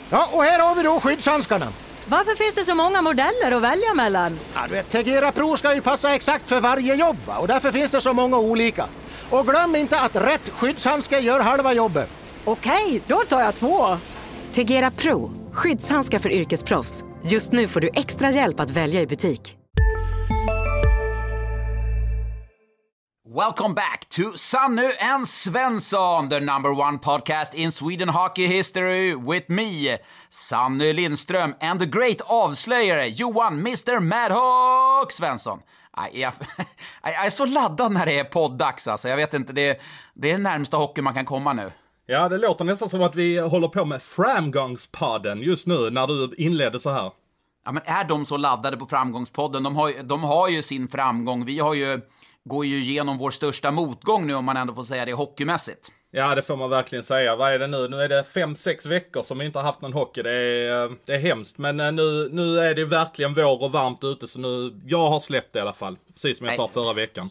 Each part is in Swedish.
Ja, och här har vi då skyddshandskarna. Varför finns det så många modeller att välja mellan? Ja, du vet, Tegera Pro ska ju passa exakt för varje jobb, och därför finns det så många olika. Och glöm inte att rätt skyddshandske gör halva jobbet. Okej, då tar jag 2. Tegera Pro, skyddshandskar för yrkesproffs. Just nu får du extra hjälp att välja i butik. Welcome back to Sannu and Svensson, the #1 podcast in Sweden hockey history with me, Sannu Lindström, and the great avslöjare Johan Mr. Madhawk Svensson. Jag är så laddad när det är poddags, alltså. Jag vet inte, det är den närmsta hockey man kan komma nu. Ja, det låter nästan som att vi håller på med Framgångspodden just nu när du inledde så här. Ja, men är de så laddade på Framgångspodden? De har ju sin framgång. Vi går ju igenom vår största motgång nu, om man ändå får säga det hockeymässigt. Ja, det får man verkligen säga. Vad är det nu? Nu är det 5-6 veckor som vi inte har haft någon hockey. Det är hemskt. Men nu är det verkligen vår och varmt ute. Så nu, jag har släppt det i alla fall. Precis som jag sa förra veckan.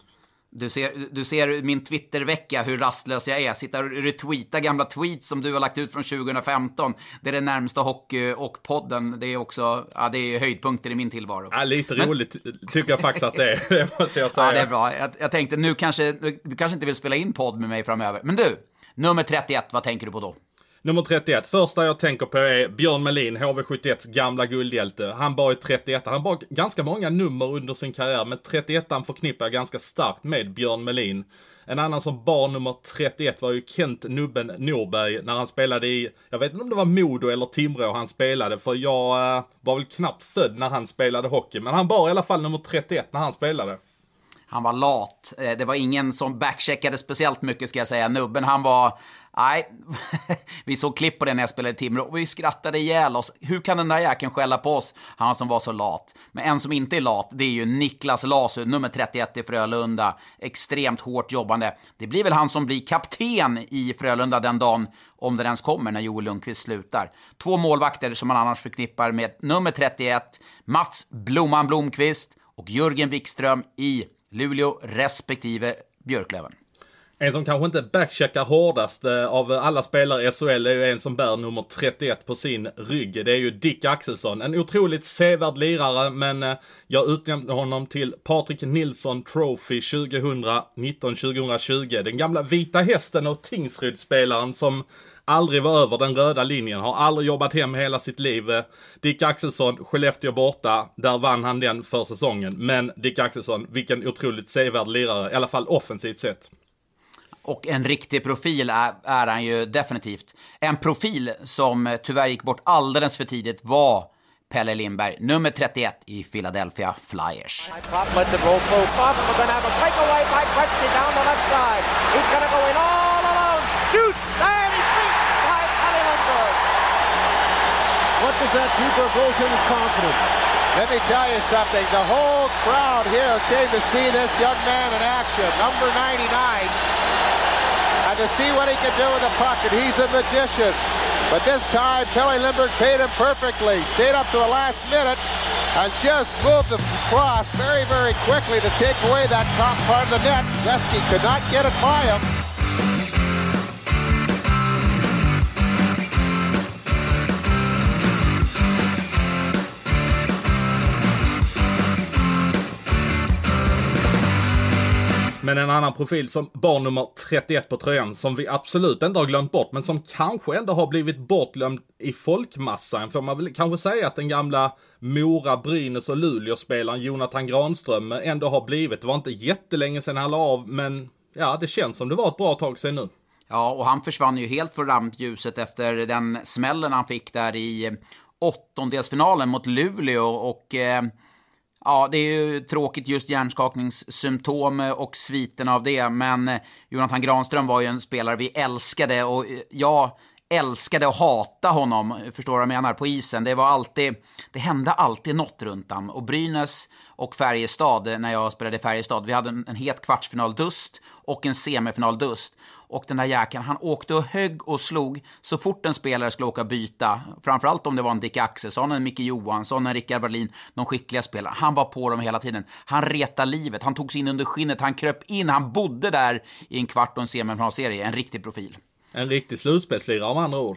Du ser min Twittervecka, hur rastlös jag är. Sitter och retweetar gamla tweets som du har lagt ut från 2015. Det är det närmsta hockey och podden. Det är också, ja, det är höjdpunkter i min tillvaro. Ja, lite roligt tycker jag faktiskt att det är. Det måste jag säga. Ja, det är bra. Jag tänkte, du kanske inte vill spela in podd med mig framöver. Men du, nummer 31, vad tänker du på då? Nummer 31. Första jag tänker på är Björn Melin, HV71s gamla guldhjälte. Han bar i 31. Han bar ganska många nummer under sin karriär, men 31an förknippar ganska starkt med Björn Melin. En annan som bar nummer 31 var ju Kent Nubben Norberg när han spelade i, jag vet inte om det var Modo eller Timrå han spelade, för jag var väl knappt född när han spelade hockey. Men han bar i alla fall nummer 31 när han spelade. Han var lat. Det var ingen som backcheckade speciellt mycket, ska jag säga. Nubben, han var... Nej, vi såg klipp på det när jag spelade i Timrå och vi skrattade ihjäl oss. Hur kan den där jäkeln skälla på oss? Han som var så lat. Men en som inte är lat, det är ju Niklas Lasu, nummer 31 i Frölunda. Extremt hårt jobbande. Det blir väl han som blir kapten i Frölunda den dagen, om det ens kommer, när Joel Lundqvist slutar. 2 målvakter som man annars förknippar med nummer 31, Mats Blomman Blomqvist och Jörgen Wikström i Luleå respektive Björklöven. En som kanske inte backcheckar hårdast av alla spelare i SHL är ju en som bär nummer 31 på sin rygg. Det är ju Dick Axelsson. En otroligt sevärd lirare, men jag utnämnde honom till Patrik Nilsson Trophy 2019-2020. Den gamla vita hästen och Tingsryd-spelaren som aldrig var över den röda linjen. Har aldrig jobbat hem hela sitt liv. Dick Axelsson, Skellefteå borta. Där vann han den för säsongen. Men Dick Axelsson, vilken otroligt sevärd lirare. I alla fall offensivt sett. Och en riktig profil är han ju definitivt. En profil som tyvärr gick bort alldeles för tidigt var Pelle Lindberg, nummer 31 i Philadelphia Flyers. What does that do for goaltender's confidence? Let me tell you something. The whole crowd here came to see this young man in action, number 99, and to see what he can do with the puck, and he's a magician. But this time, Pelle Lindberg paid him perfectly. Stayed up to the last minute and just moved across very, very quickly to take away that top part of the net. Gretzky could not get it by him. Men en annan profil som bar nummer 31 på tröjan, som vi absolut inte har glömt bort, men som kanske ändå har blivit bortglömd i folkmassan. Får man väl kanske säga att den gamla Mora, Brynäs och Luleå-spelaren Jonathan Granström ändå har blivit. Det var inte jättelänge sedan han la av, men ja, det känns som det var ett bra tag sedan nu. Ja, och han försvann ju helt från rampljuset efter den smällen han fick där i åttondelsfinalen mot Luleå och... Ja, det är ju tråkigt, just hjärnskakningssymptom och sviten av det. Men Jonathan Granström var ju en spelare vi älskade. Och jag älskade att hata honom, förstår du vad jag menar, på isen. Det hände alltid något runt han. Och Brynäs och Färjestad, när jag spelade i Färjestad, vi hade en het kvartsfinaldust och en semifinaldust. Och den där jäkeln, han åkte och högg och slog så fort en spelare skulle åka byta. Framförallt om det var en Dick Axelsson, en Micke Johansson, en Rickard Wallin, de skickliga spelare. Han var på dem hela tiden. Han retade livet, han tog sig in under skinnet, han kröp in, han bodde där i en kvart och en semifinalserie. En riktig profil. En riktig slutspelslirare av andra ord.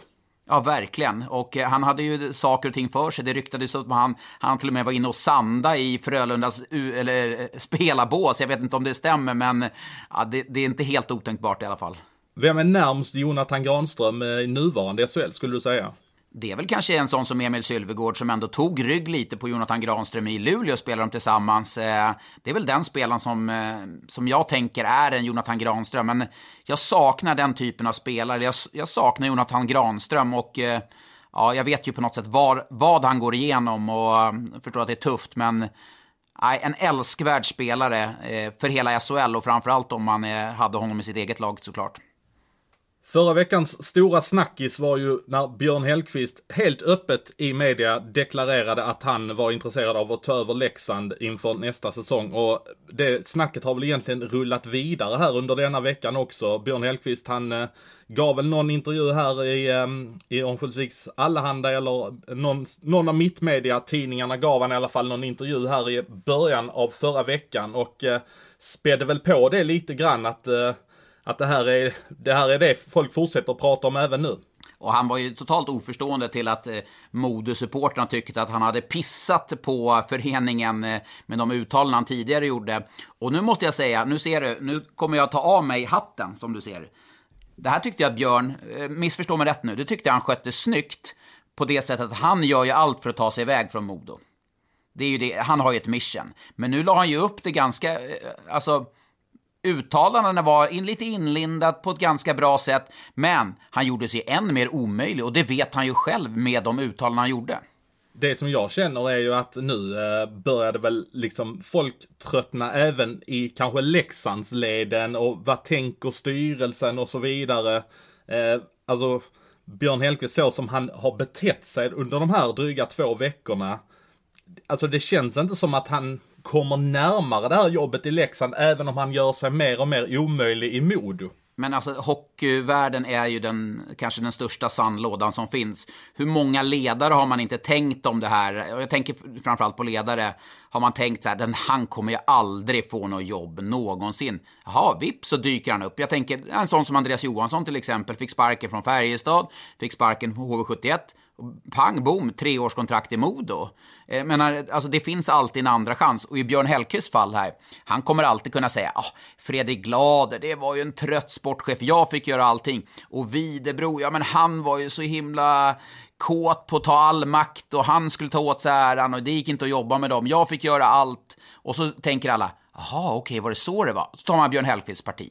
Ja, verkligen. Och han hade ju saker och ting för sig. Det ryktades att han till och med var inne och sanda i Frölundas spelarbås. Jag vet inte om det stämmer, men ja, det är inte helt otänkbart i alla fall. Vem är närmst Jonathan Granström i nuvarande SHL, skulle du säga? Det är väl kanske en sån som Emil Sylvegård som ändå tog rygg lite på Jonathan Granström i Luleå och spelar de tillsammans. Det är väl den spelaren som jag tänker är en Jonathan Granström. Men jag saknar den typen av spelare. Jag saknar Jonathan Granström och ja, jag vet ju på något sätt vad han går igenom och förstår att det är tufft. Men en älskvärd spelare för hela SHL och framförallt om man hade honom i sitt eget lag såklart. Förra veckans stora snackis var ju när Björn Hellkvist helt öppet i media deklarerade att han var intresserad av att ta över Leksand inför nästa säsong. Och det snacket har väl egentligen rullat vidare här under denna veckan också. Björn Hellkvist, han gav väl någon intervju här i Örnsköldsviks Allehanda eller någon av mittmedia-tidningarna gav han i alla fall någon intervju här i början av förra veckan och spädde väl på det lite grann att det här är det folk fortsätter att prata om även nu. Och han var ju totalt oförstående till att Modo-supporterna tyckte att han hade pissat på föreningen med de uttalanden han tidigare gjorde. Och nu måste jag säga, nu kommer jag ta av mig hatten som du ser. Det här tyckte jag att Björn, missförstå mig rätt nu, det tyckte jag han skötte snyggt på det sättet att han gör ju allt för att ta sig iväg från Modo. Det är ju det, han har ju ett mission. Men nu la han ju upp det ganska, uttalandena var lite inlindat på ett ganska bra sätt, men han gjorde sig än mer omöjlig och det vet han ju själv med de uttalanden han gjorde. Det som jag känner är ju att nu började väl liksom folk tröttna även i kanske Leksandsleden och vad tänker styrelsen och så vidare. Alltså Björn Hellkvist, så som han har betett sig under de här dryga 2 veckorna, alltså det känns inte som att han kommer närmare det här jobbet i Leksand, även om han gör sig mer och mer omöjlig i Modo. Men alltså hockeyvärlden är ju kanske den största sandlådan som finns. Hur många ledare har man inte tänkt om det här? Jag tänker framförallt på ledare. Har man tänkt så här, han kommer ju aldrig få något jobb någonsin. Jaha, vips så dyker han upp. Jag tänker en sån som Andreas Johansson till exempel. Fick sparken från Färjestad, fick sparken från HV71. Pang, boom, 3-årskontrakt i Modo. Men alltså det finns alltid en andra chans. Och i Björn Hellkvists fall här, han kommer alltid kunna säga Fredrik Glader, det var ju en trött sportchef, jag fick göra allting. Och Videbro, ja men han var ju så himla kåt på att ta all makt och han skulle ta åt sig äran och det gick inte att jobba med dem. Jag fick göra allt. Och så tänker alla, jaha, okej, var det så det var? Så tar man Björn Hellkvists parti.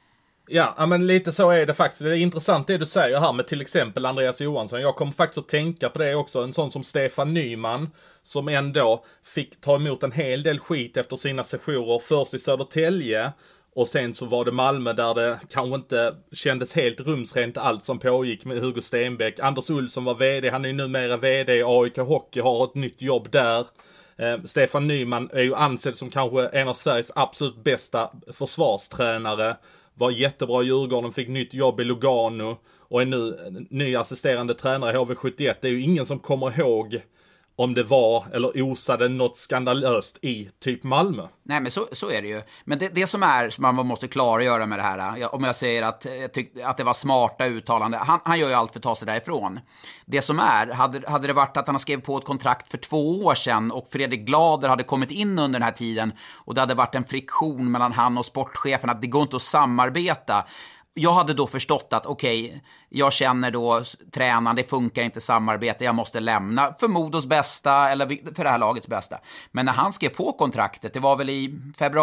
Ja, men lite så är det faktiskt. Det är intressant det du säger här med till exempel Andreas Johansson. Jag kommer faktiskt att tänka på det också. En sån som Stefan Nyman som ändå fick ta emot en hel del skit efter sina sessioner. Först i Södertälje och sen så var det Malmö där det kanske inte kändes helt rumsrent allt som pågick med Hugo Stenbeck. Anders Olsson var vd, han är ju numera vd i AIK Hockey, har ett nytt jobb där. Stefan Nyman är ju ansedd som kanske en av Sveriges absolut bästa försvarstränare. Var jättebra i Djurgården, fick nytt jobb i Lugano och är nu ny assisterande tränare i HV71. Det är ju ingen som kommer ihåg om det var eller osade något skandalöst i typ Malmö. Nej, men så är det ju. Men det som man måste klargöra med det här, om jag säger att det var smarta uttalande, han gör ju allt för att ta sig därifrån. Det som hade det varit att han skrev på ett kontrakt för 2 år sedan och Fredrik Glader hade kommit in under den här tiden och det hade varit en friktion mellan han och sportchefen, att det går inte att samarbeta. Jag hade då förstått att okej, jag känner då tränaren, det funkar inte samarbete, jag måste lämna för Modos bästa eller för det här lagets bästa. Men när han skrev på kontraktet, det var väl i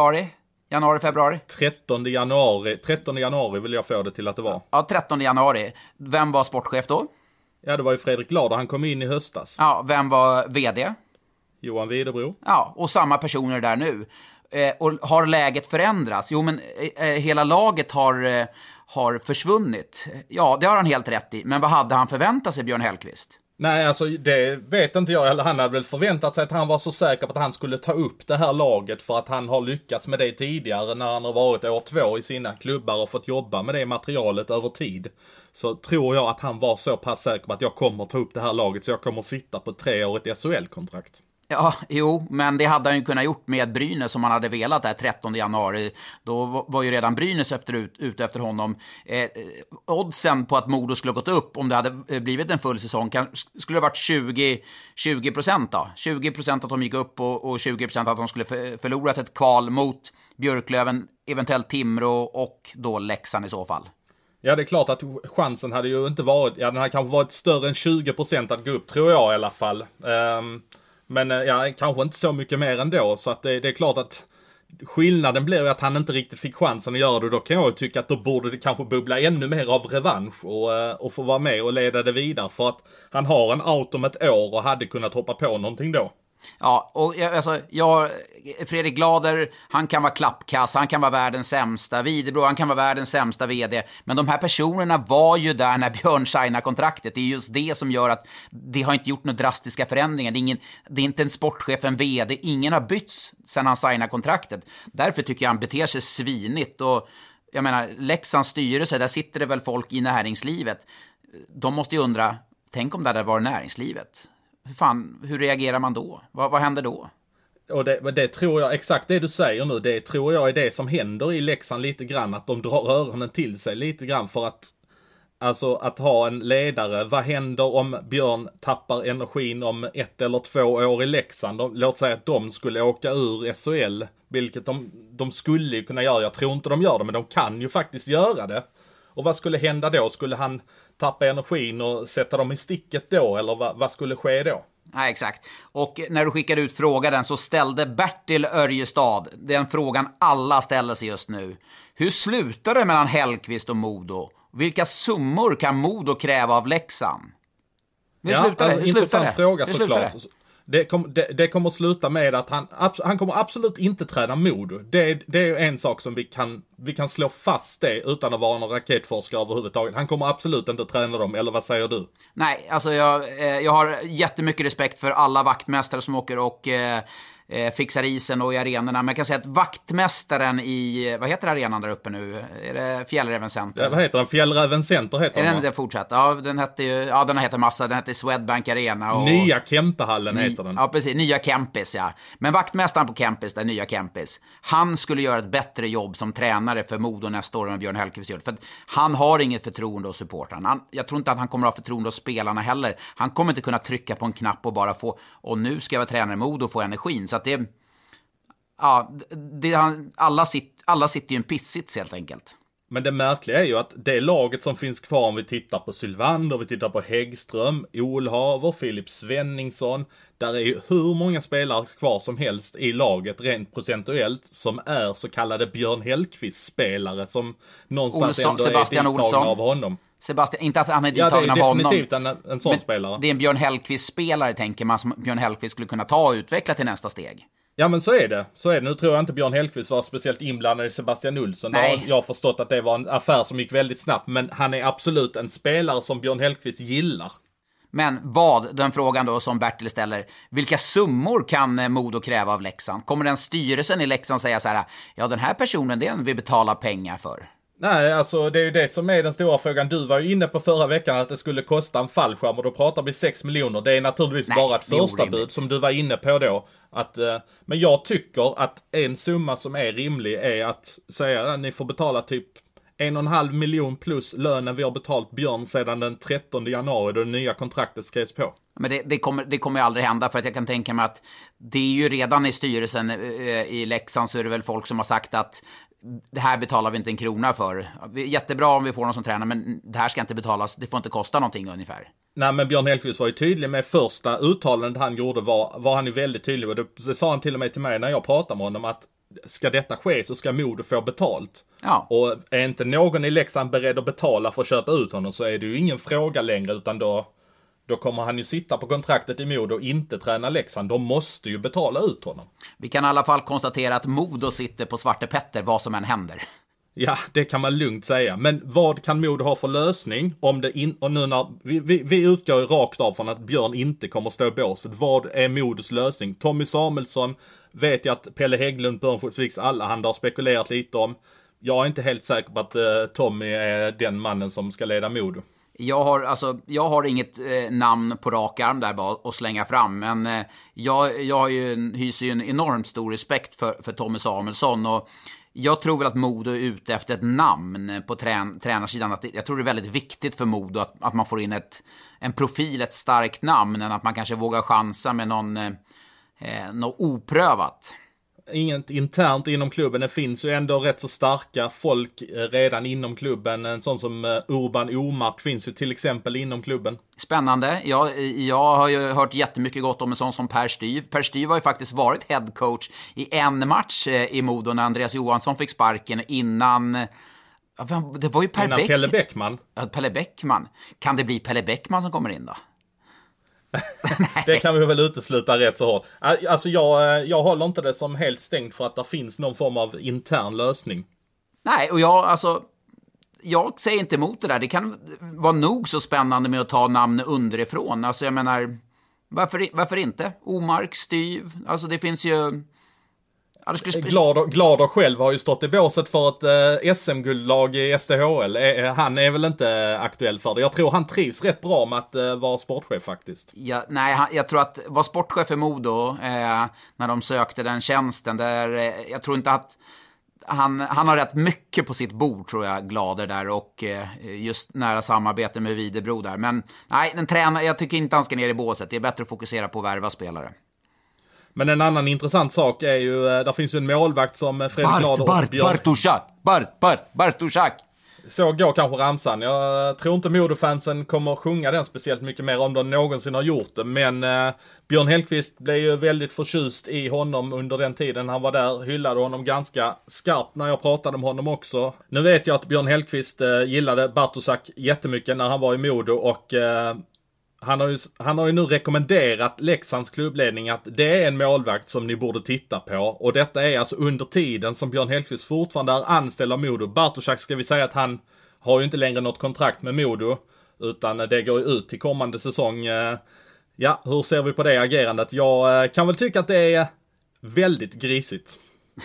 januari? 13 januari vill jag få det till att det var. Ja, 13 januari. Vem var sportchef då? Ja, det var ju Fredrik Glader, han kom in i höstas. Ja, vem var vd? Johan Videbro. Ja, och samma personer där nu. Och har läget förändrats? Jo, men hela laget har försvunnit. Ja, det har han helt rätt i. Men vad hade han förväntat sig, Björn Hellkvist? Nej, alltså det vet inte jag. Eller han hade väl förväntat sig att han var så säker på att han skulle ta upp det här laget för att han har lyckats med det tidigare när han har varit år 2 i sina klubbar och fått jobba med det materialet över tid. Så tror jag att han var så pass säker på att jag kommer ta upp det här laget så jag kommer sitta på 3-årigt SHL-kontrakt. Ja, jo, men det hade han ju kunnat gjort med Brynäs om han hade velat där 13 januari. Då var ju redan Brynäs ute efter honom. Oddsen på att Modo skulle gått upp om det hade blivit en full säsong skulle det varit 20% då. 20% att de gick upp och 20% att de skulle förlorat ett kval mot Björklöven, eventuellt Timrå och då Leksand i så fall. Ja, det är klart att chansen hade ju inte varit, ja, den hade kanske varit större än 20% att gå upp, tror jag i alla fall. Men ja, kanske inte så mycket mer ändå, så att det är klart att skillnaden blir ju att han inte riktigt fick chansen att göra det. Då kan jag ju tycka att då borde det kanske bubbla ännu mer av revansch och få vara med och leda det vidare, för att han har en out om ett år och hade kunnat hoppa på någonting då. Ja, och Fredrik Glader, han kan vara klappkass, han kan vara världens sämsta, Widebro, han kan vara världens sämsta vd, men de här personerna var ju där när Björn signar kontraktet. Det är just det som gör att det har inte gjort några drastiska förändringar. Det är inte en sportchef, en vd, ingen har bytts sedan han signar kontraktet. Därför tycker jag han beter sig svinigt. Och jag menar, Leksands styrelse, där sitter det väl folk i näringslivet. De måste ju undra, tänk om det hade varit näringslivet. Hur reagerar man då? Vad händer då? Och det tror jag, exakt det du säger nu, det tror jag är det som händer i Leksand lite grann, att de drar öronen till sig lite grann, för att alltså att ha en ledare. Vad händer om Björn tappar energin om 1 eller 2 år i Leksand? Låt säga att de skulle åka ur SHL, vilket de skulle ju kunna göra. Jag tror inte de gör det, men de kan ju faktiskt göra det. Och vad skulle hända då? Skulle han tappa energin och sätta dem i sticket då? Eller vad skulle ske då? Ja, exakt. Och när du skickade ut frågan så ställde Bertil Örjestad den frågan alla ställer sig just nu. Hur slutar det mellan Hellqvist och Modo? Vilka summor kan Modo kräva av Leksand? Intressant fråga såklart. Det kommer att sluta med att han kommer absolut inte träna Modo. Det är en sak som vi kan slå fast det utan att vara någon raketforskare överhuvudtaget. Han kommer absolut inte träna dem, eller vad säger du? Nej, alltså jag har jättemycket respekt för alla vaktmästare som åker och fixar isen och i arenorna. Men jag kan säga att vaktmästaren i, vad heter arenan där uppe nu? Är det Fjällräven Center? Ja, vad heter den? Fjällräven Center heter den. Är den fortsatt? Ja, den heter massa. Den heter Swedbank Arena. Och Nya Kempehallen heter den. Ja, precis. Nya Kempis, ja. Men vaktmästaren på Kempis, där nya Kempis, han skulle göra ett bättre jobb som tränare för Modo nästa år än Björn Hellqvist gör. För att han har inget förtroende hos supportrarna. Jag tror inte att han kommer att ha förtroende hos spelarna heller. Han kommer inte kunna trycka på en knapp och bara få, och nu ska jag vara tränare i Modo och få energin. Så att alla sitter ju i en pissits helt enkelt. Men det märkliga är ju att det laget som finns kvar, om vi tittar på Sylvander, vi tittar på Häggström, Olhaver, Filip Svenningsson, där är ju hur många spelare kvar som helst i laget rent procentuellt som är så kallade Björn Hellqvist-spelare som någonstans ändå Sebastian är dittagna av honom. Sebastian, inte att han är dittagen av honom. Ja, det är definitivt en sån spelare. Det är en Björn Hellqvist-spelare, tänker man, som Björn Hellqvist skulle kunna ta och utveckla till nästa steg. Ja, men så är det. Nu tror jag inte Björn Hellqvist var speciellt inblandad i Sebastian Olsson. Jag har förstått att det var en affär som gick väldigt snabbt. Men han är absolut en spelare som Björn Hellqvist gillar. Men den frågan då som Bertil ställer, vilka summor kan Modo kräva av Leksand? Kommer den styrelsen i Leksand säga så här, ja, den här personen, det är en vi betalar pengar för? Nej, alltså det är ju det som är den stora frågan. Du var ju inne på förra veckan att det skulle kosta en fallskärm och då pratar vi 6 miljoner. Det är naturligtvis bara ett första bud som du var inne på då. Men jag tycker att en summa som är rimlig är att säga att ni får betala typ 1,5 miljon plus lönen vi har betalt Björn sedan den 13 januari då det nya kontraktet skrevs på. Men det kommer ju aldrig hända, för att jag kan tänka mig att det är ju redan i styrelsen i Leksand så är det väl folk som har sagt att det här betalar vi inte en krona för. Jättebra om vi får någon som tränar, men det här ska inte betalas, det får inte kosta någonting ungefär. Nej, men Björn Hellqvist var ju tydlig med första uttalandet han gjorde var han ju väldigt tydlig, och det sa han till och med till mig när jag pratade med honom, att ska detta ske så ska Modo få betalt. Ja. Och är inte någon i Leksand beredd att betala för att köpa ut honom så är det ju ingen fråga längre, utan då kommer han ju sitta på kontraktet i Modo och inte träna Leksand. De måste ju betala ut honom. Vi kan i alla fall konstatera att Modo sitter på Svarte Petter vad som än händer. Ja, det kan man lugnt säga. Men vad kan Modo ha för lösning om det och nu när vi utgår ju rakt av från att Björn inte kommer stå i båset. Vad är Modos lösning? Tommy Samuelsson vet jag att Pelle Hägglund, Börnfotflix, alla han har spekulerat lite om. Jag är inte helt säker på att Tommy är den mannen som ska leda Modo. Jag har inget namn på rak arm där bara att slänga fram, men jag hyser ju en enormt stor respekt för Tommy Samuelsson, och jag tror väl att Modo är ute efter ett namn på tränarsidan. Jag tror det är väldigt viktigt för Modo att man får in en profil, ett starkt namn, än att man kanske vågar chansa med något oprövat. Inget internt inom klubben. Det finns ju ändå rätt så starka folk redan inom klubben. En sån som Urban Omark finns ju till exempel inom klubben. Spännande. Jag har ju hört jättemycket gott om en sån som Per Styv. Per Styv har ju faktiskt varit headcoach i en match i Modo när Andreas Johansson fick sparken innan... Det var ju Pelle Bäckman. Ja, Pelle Bäckman. Kan det bli Pelle Bäckman som kommer in då? Det kan vi väl utesluta rätt så hårt. Alltså jag håller inte det som helt stängt för att det finns någon form av intern lösning. Nej, och jag säger inte emot det där. Det kan vara nog så spännande med att ta namn underifrån. Alltså jag menar, varför inte? Omark, Styv, alltså det finns ju... Glader själv har ju stått i båset för ett SM-guldlag i SDHL. Han är väl inte aktuell för det. Jag tror han trivs rätt bra med att vara sportchef faktiskt. Ja, nej, jag tror att vara sportchef i Modo när de sökte den tjänsten där, jag tror inte att han har rätt mycket på sitt bord, tror jag, Glader där, och just nära samarbete med Videbro där. Men nej, jag tycker inte han ska ner i båset. Det är bättre att fokusera på att värva spelare. Men en annan intressant sak är ju, där finns ju en målvakt som Fredrik Glader och Björn... Bartoszak! Så går kanske ramsan. Jag tror inte Modo-fansen kommer att sjunga den speciellt mycket mer om de någonsin har gjort det. Men Björn Hellkvist blev ju väldigt förtjust i honom under den tiden han var där. Hyllade honom ganska skarpt när jag pratade om honom också. Nu vet jag att Björn Hellkvist gillade Bartoszak jättemycket när han var i Modo, och... Han har ju nu rekommenderat Leksands klubbledning att det är en målvakt som ni borde titta på. Och detta är alltså under tiden som Björn Hellkvist fortfarande är anställd av Modo. Bartoszak, ska vi säga att han har ju inte längre något kontrakt med Modo, utan det går ju ut till kommande säsong. Ja, hur ser vi på det agerandet? Jag kan väl tycka att det är väldigt grisigt.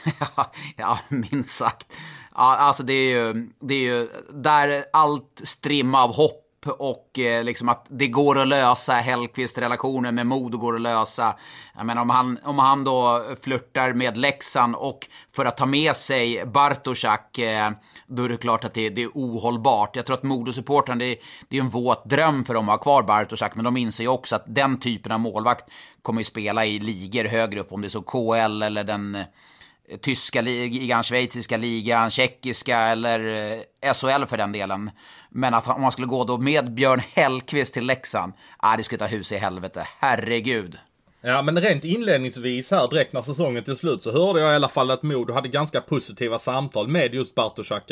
Ja, minst sagt. Ja, alltså det är ju där allt strimma av hopp och liksom att det går att lösa. Hellkvist-relationen med Modo går att lösa. Jag menar, om han då flirtar med Leksand och för att ta med sig Bartoszak, då är det klart att det är ohållbart. Jag tror att Modo-supporten, det är en våt dröm för dem att ha kvar Bartoszak, men de inser ju också att den typen av målvakt kommer ju spela i ligor högre upp, om det är så KL eller den tyska ligan, schweiziska ligan, tjeckiska eller SHL för den delen. Men att om man skulle gå då med Björn Hellkvist till Leksand, det skulle ta hus i helvete, herregud. Ja, men rent inledningsvis här, direkt när säsongen till slut, så hörde jag i alla fall att Modo hade ganska positiva samtal med just Bartoszak,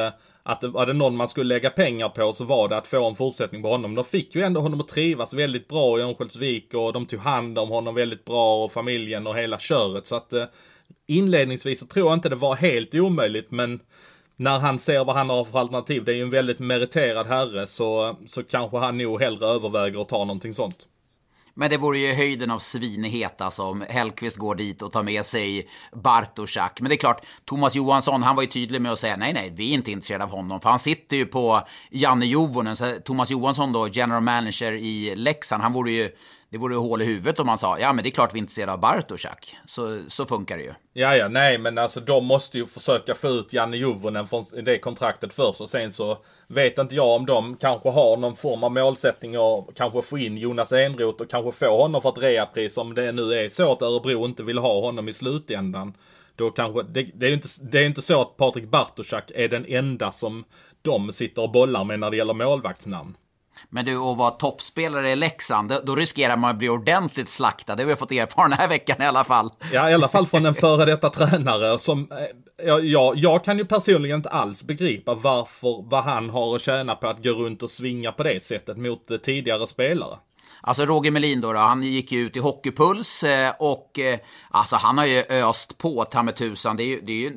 att var det någon man skulle lägga pengar på så var det att få en fortsättning på honom. De fick ju ändå honom att trivas väldigt bra i Örnsköldsvik, och de tog hand om honom väldigt bra, och familjen och hela köret, så att inledningsvis så tror jag inte det var helt omöjligt, men när han ser vad han har för alternativ, det är ju en väldigt meriterad herre, så kanske han nog hellre överväger att ta någonting sånt. Men det vore ju höjden av svinighet alltså, om Hellkvist går dit och tar med sig Bartoszak. Men det är klart, Thomas Johansson, han var ju tydlig med att säga nej, vi är inte intresserade av honom. För han sitter ju på Janne Jovonen. Så Thomas Johansson då, general manager i Leksand, det vore ju hål i huvudet om man sa, ja men det är klart vi är intresserade av Bartoszak. Så funkar det ju. Ja, nej, men alltså de måste ju försöka få ut Janne Jovonen från det kontraktet först, och sen så vet inte jag om de kanske har någon form av målsättning och kanske få in Jonas Enroth och kanske få honom för ett reapris, om det nu är så att Örebro inte vill ha honom i slutändan. Då kanske, det är inte så att Patrik Bartoszak är den enda som de sitter och bollar med när det gäller målvaktsnamn. Men du, att vara toppspelare i Leksand, då riskerar man att bli ordentligt slaktad. Det har vi fått erfara den här veckan i alla fall. Ja, i alla fall från en före detta tränare som... Jag kan ju personligen inte alls begripa vad han har att tjäna på att gå runt och svinga på det sättet mot tidigare spelare. Alltså Roger Melin då, han gick ju ut i Hockeypuls och alltså han har ju öst på Tammetusan. Det är ju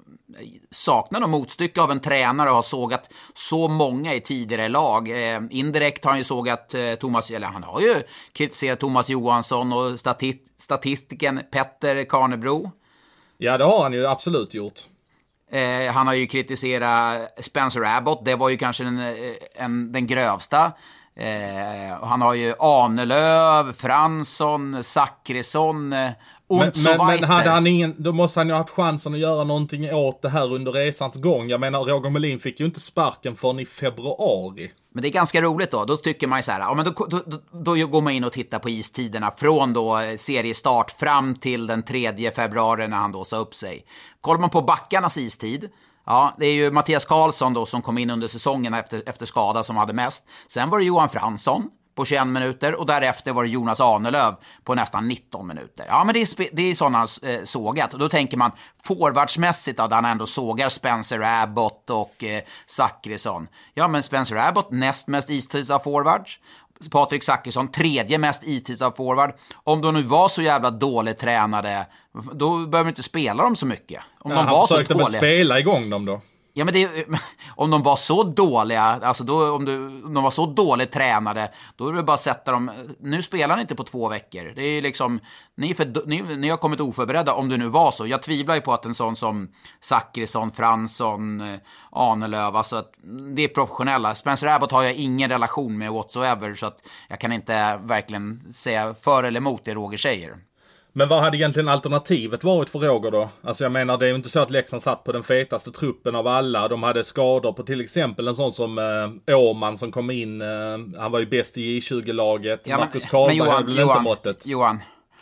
saknar någon motstycke av en tränare och har sågat så många i tidigare lag. Indirekt har han ju sågat han har ju kritiserat Thomas Johansson och statistiken Petter Karnebro. Ja, det har han ju absolut gjort. Han har ju kritiserat Spencer Abbott. Det var ju kanske den grövsta. Han har ju Ahnelöv, Fransson, Zachrisson, men hade han då måste han ju ha haft chansen att göra någonting åt det här under resans gång. Jag menar, Roger Melin fick ju inte sparken förrän i februari. Men det är ganska roligt då tycker man ju så här, ja, men då går man in och tittar på istiderna från då seriestart fram till den 3 februari när han då sa upp sig. Kollar man på backarnas istid, ja, det är ju Mattias Karlsson då som kom in under säsongen efter skada som hade mest. Sen var det Johan Fransson på 21 minuter och därefter var det Jonas Ahnelöv på nästan 19 minuter. Ja, men det är sådana sågat. Och då tänker man, forwardsmässigt där han ändå sågar Spencer Abbott och Zachrisson. Ja, men Spencer Abbott näst mest istids av forwards. Patrik Zachrisson 3:e mest istids av forward. Om de nu var så jävla dåligt tränade, då behöver vi inte spela dem så mycket. Om de var så dåliga. Väl spela igång dem då? Ja, men om de var så dåliga, alltså då, om de var så dåligt tränade, då är det bara att sätta dem. Nu spelar ni inte på 2 veckor. Det är liksom, ni har kommit oförberedda om det nu var så. Jag tvivlar ju på att en sån som Zachrisson, Fransson, Ahnelöv, alltså att det är professionella. Spencer Abbott har jag ingen relation med whatsoever, så att jag kan inte verkligen säga för eller emot det Roger säger. Men vad hade egentligen alternativet varit för Roger då? Alltså jag menar, det är ju inte så att Leksand satt på den fetaste truppen av alla. De hade skador på till exempel en sån som Åman som kom in. Han var ju bäst i J20-laget. Ja, Marcus Karlberg hade väl inte måttet. Johan,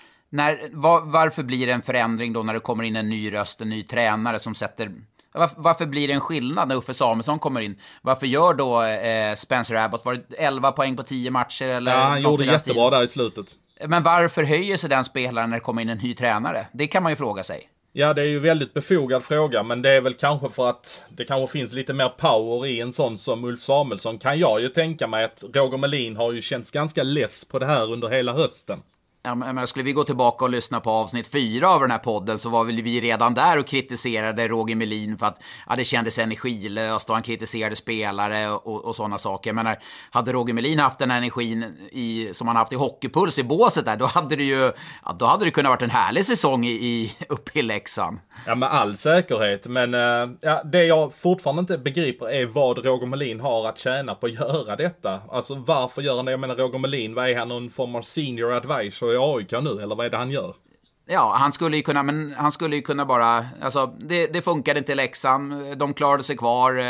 varför blir det en förändring då när det kommer in en ny röst, en ny tränare som sätter... Varför blir det en skillnad när Uffe Samuelsson kommer in? Varför gör då Spencer Abbott, var det 11 poäng på 10 matcher? Eller ja, han gjorde jättebra där i slutet. Men varför höjer sig den spelaren när det kommer in en ny tränare? Det kan man ju fråga sig. Ja, det är ju väldigt befogad fråga, men det är väl kanske för att det kanske finns lite mer power i en sån som Ulf Samuelsson. Kan jag ju tänka mig att Roger Melin har ju känts ganska less på det här under hela hösten. Ja, men skulle vi gå tillbaka och lyssna på avsnitt 4 av den här podden, så var väl vi redan där och kritiserade Roger Melin för att det kändes energilöst och han kritiserade spelare och sådana saker. Jag menar, hade Roger Melin haft den energin som han haft i Hockeypuls i båset där, då hade det kunnat varit en härlig säsong uppe i Leksand. Ja, med all säkerhet. Men det jag fortfarande inte begriper är vad Roger Melin har att tjäna på att göra detta. Alltså varför gör han det? Jag menar, Roger Melin, vad är han, någon form av senior advisor i AIK nu? Eller vad är det han gör? Ja, han skulle ju kunna bara... Alltså, det funkade inte i Leksand. De klarade sig kvar.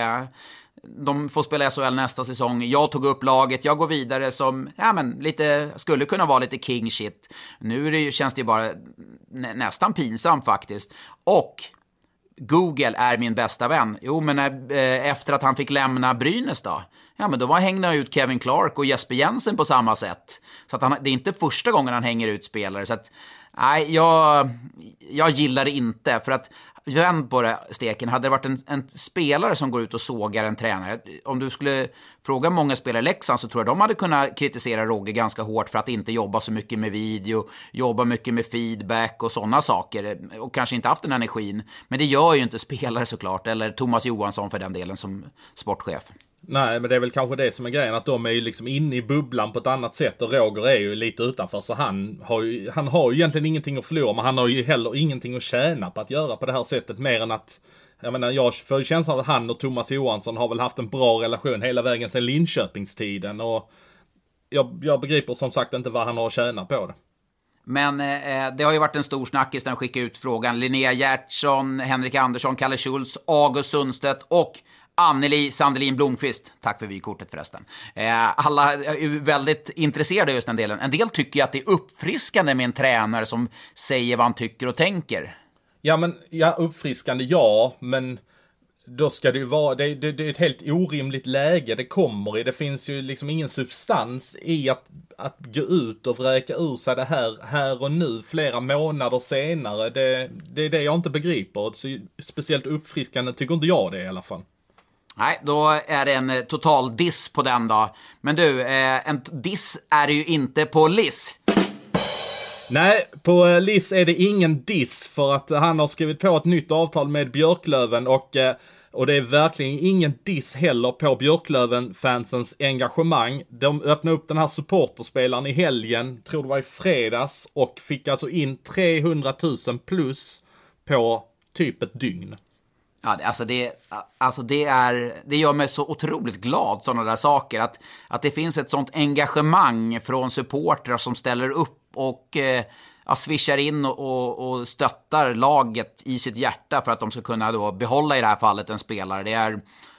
De får spela SHL nästa säsong. Jag tog upp laget. Jag går vidare som skulle kunna vara lite king shit. Nu känns det bara nästan pinsamt faktiskt. Och Google är min bästa vän. Jo, men efter att han fick lämna Brynäs då. Ja, men då hängde han ut Kevin Clark och Jesper Jensen på samma sätt. Så att det är inte första gången han hänger ut spelare. Så att, nej, jag gillar det inte. För att, vänd på det, Steken, hade det varit en spelare som går ut och sågar en tränare. Om du skulle fråga många spelare i Leksand, så tror jag de hade kunnat kritisera Roger ganska hårt för att inte jobba så mycket med video, jobba mycket med feedback och sådana saker. Och kanske inte haft den energin. Men det gör ju inte spelare såklart. Eller Thomas Johansson för den delen som sportchef. Nej, men det är väl kanske det som är grejen, att de är ju liksom inne i bubblan på ett annat sätt och Roger är ju lite utanför, så han har ju egentligen ingenting att förlora, men han har ju heller ingenting att tjäna på att göra på det här sättet, mer än att, jag menar, jag får ju känslan att han och Thomas Johansson har väl haft en bra relation hela vägen sedan Linköpingstiden, och jag begriper som sagt inte vad han har att tjäna på det. Men det har ju varit en stor snackis när de skickade ut frågan. Linnea Gertsson, Henrik Andersson, Kalle Schultz, August Sundstedt och Anneli Sandelin Blomqvist. Tack för vykortet förresten. Alla är väldigt intresserade av just den delen. En del tycker att det är uppfriskande med en tränare som säger vad han tycker och tänker. Ja, uppfriskande, ja, men då ska det ju vara, det är ett helt orimligt läge det kommer i. Det finns ju liksom ingen substans i att gå ut och vräka ur sig det här och nu flera månader senare. Det är det jag inte begriper. Så speciellt uppfriskande tycker inte jag det i alla fall. Nej, då är det en total diss på den då. Men du, en diss är det ju inte på Liss. Nej, på Liss är det ingen diss, för att han har skrivit på ett nytt avtal med Björklöven, och det är verkligen ingen diss heller på Björklöven-fansens engagemang. De öppnade upp den här supporterspelaren i helgen, tror det var i fredags, och fick alltså in 300 000 plus på typ ett dygn. Ja, det gör mig så otroligt glad, sådana där saker. Att det finns ett sånt engagemang från supportrar som ställer upp och swishar in och stöttar laget i sitt hjärta för att de ska kunna då behålla i det här fallet en spelare. Det är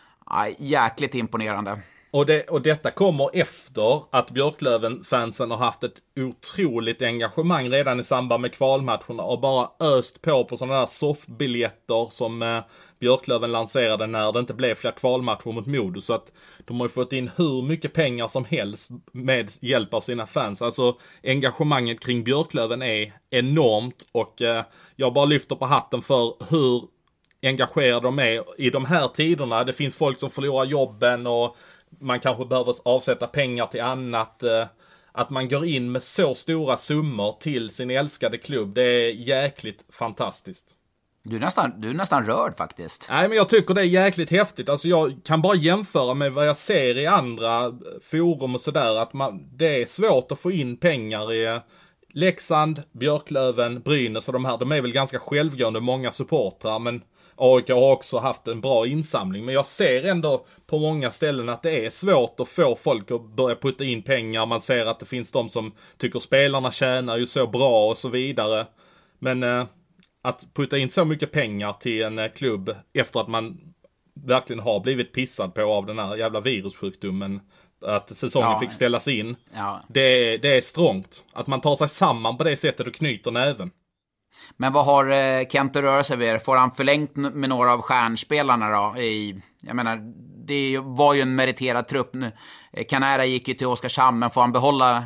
jäkligt imponerande. Och detta kommer efter att Björklöven-fansen har haft ett otroligt engagemang redan i samband med kvalmatcherna och bara öst på sådana där soffbiljetter som Björklöven lanserade när det inte blev fler kvalmatcher mot Modo. Så att de har ju fått in hur mycket pengar som helst med hjälp av sina fans. Alltså engagemanget kring Björklöven är enormt och jag bara lyfter på hatten för hur engagerade de är i de här tiderna. Det finns folk som förlorar jobben och man kanske behöver avsätta pengar till annat. Att man går in med så stora summor till sin älskade klubb, det är jäkligt fantastiskt. Du är nästan rörd faktiskt. Nej, men jag tycker det är jäkligt häftigt. Alltså jag kan bara jämföra med vad jag ser i andra forum och sådär. Att det är svårt att få in pengar i Leksand, Björklöven, Brynäs och de här. De är väl ganska självgående, många supportrar, men AIK har också haft en bra insamling. Men jag ser ändå på många ställen att det är svårt att få folk att börja putta in pengar. Man ser att det finns de som tycker spelarna tjänar ju så bra och så vidare. Men att putta in så mycket pengar till en klubb efter att man verkligen har blivit pissad på av den här jävla virussjukdomen, att säsongen fick ställas in. Ja. Det är strångt. Att man tar sig samman på det sättet och knyter näven. Men vad har Kent att röra sig vid? Får han förlängt med några av stjärnspelarna då? Jag menar, det var ju en meriterad trupp nu. Canara gick ju till Oskarshamn, men får han behålla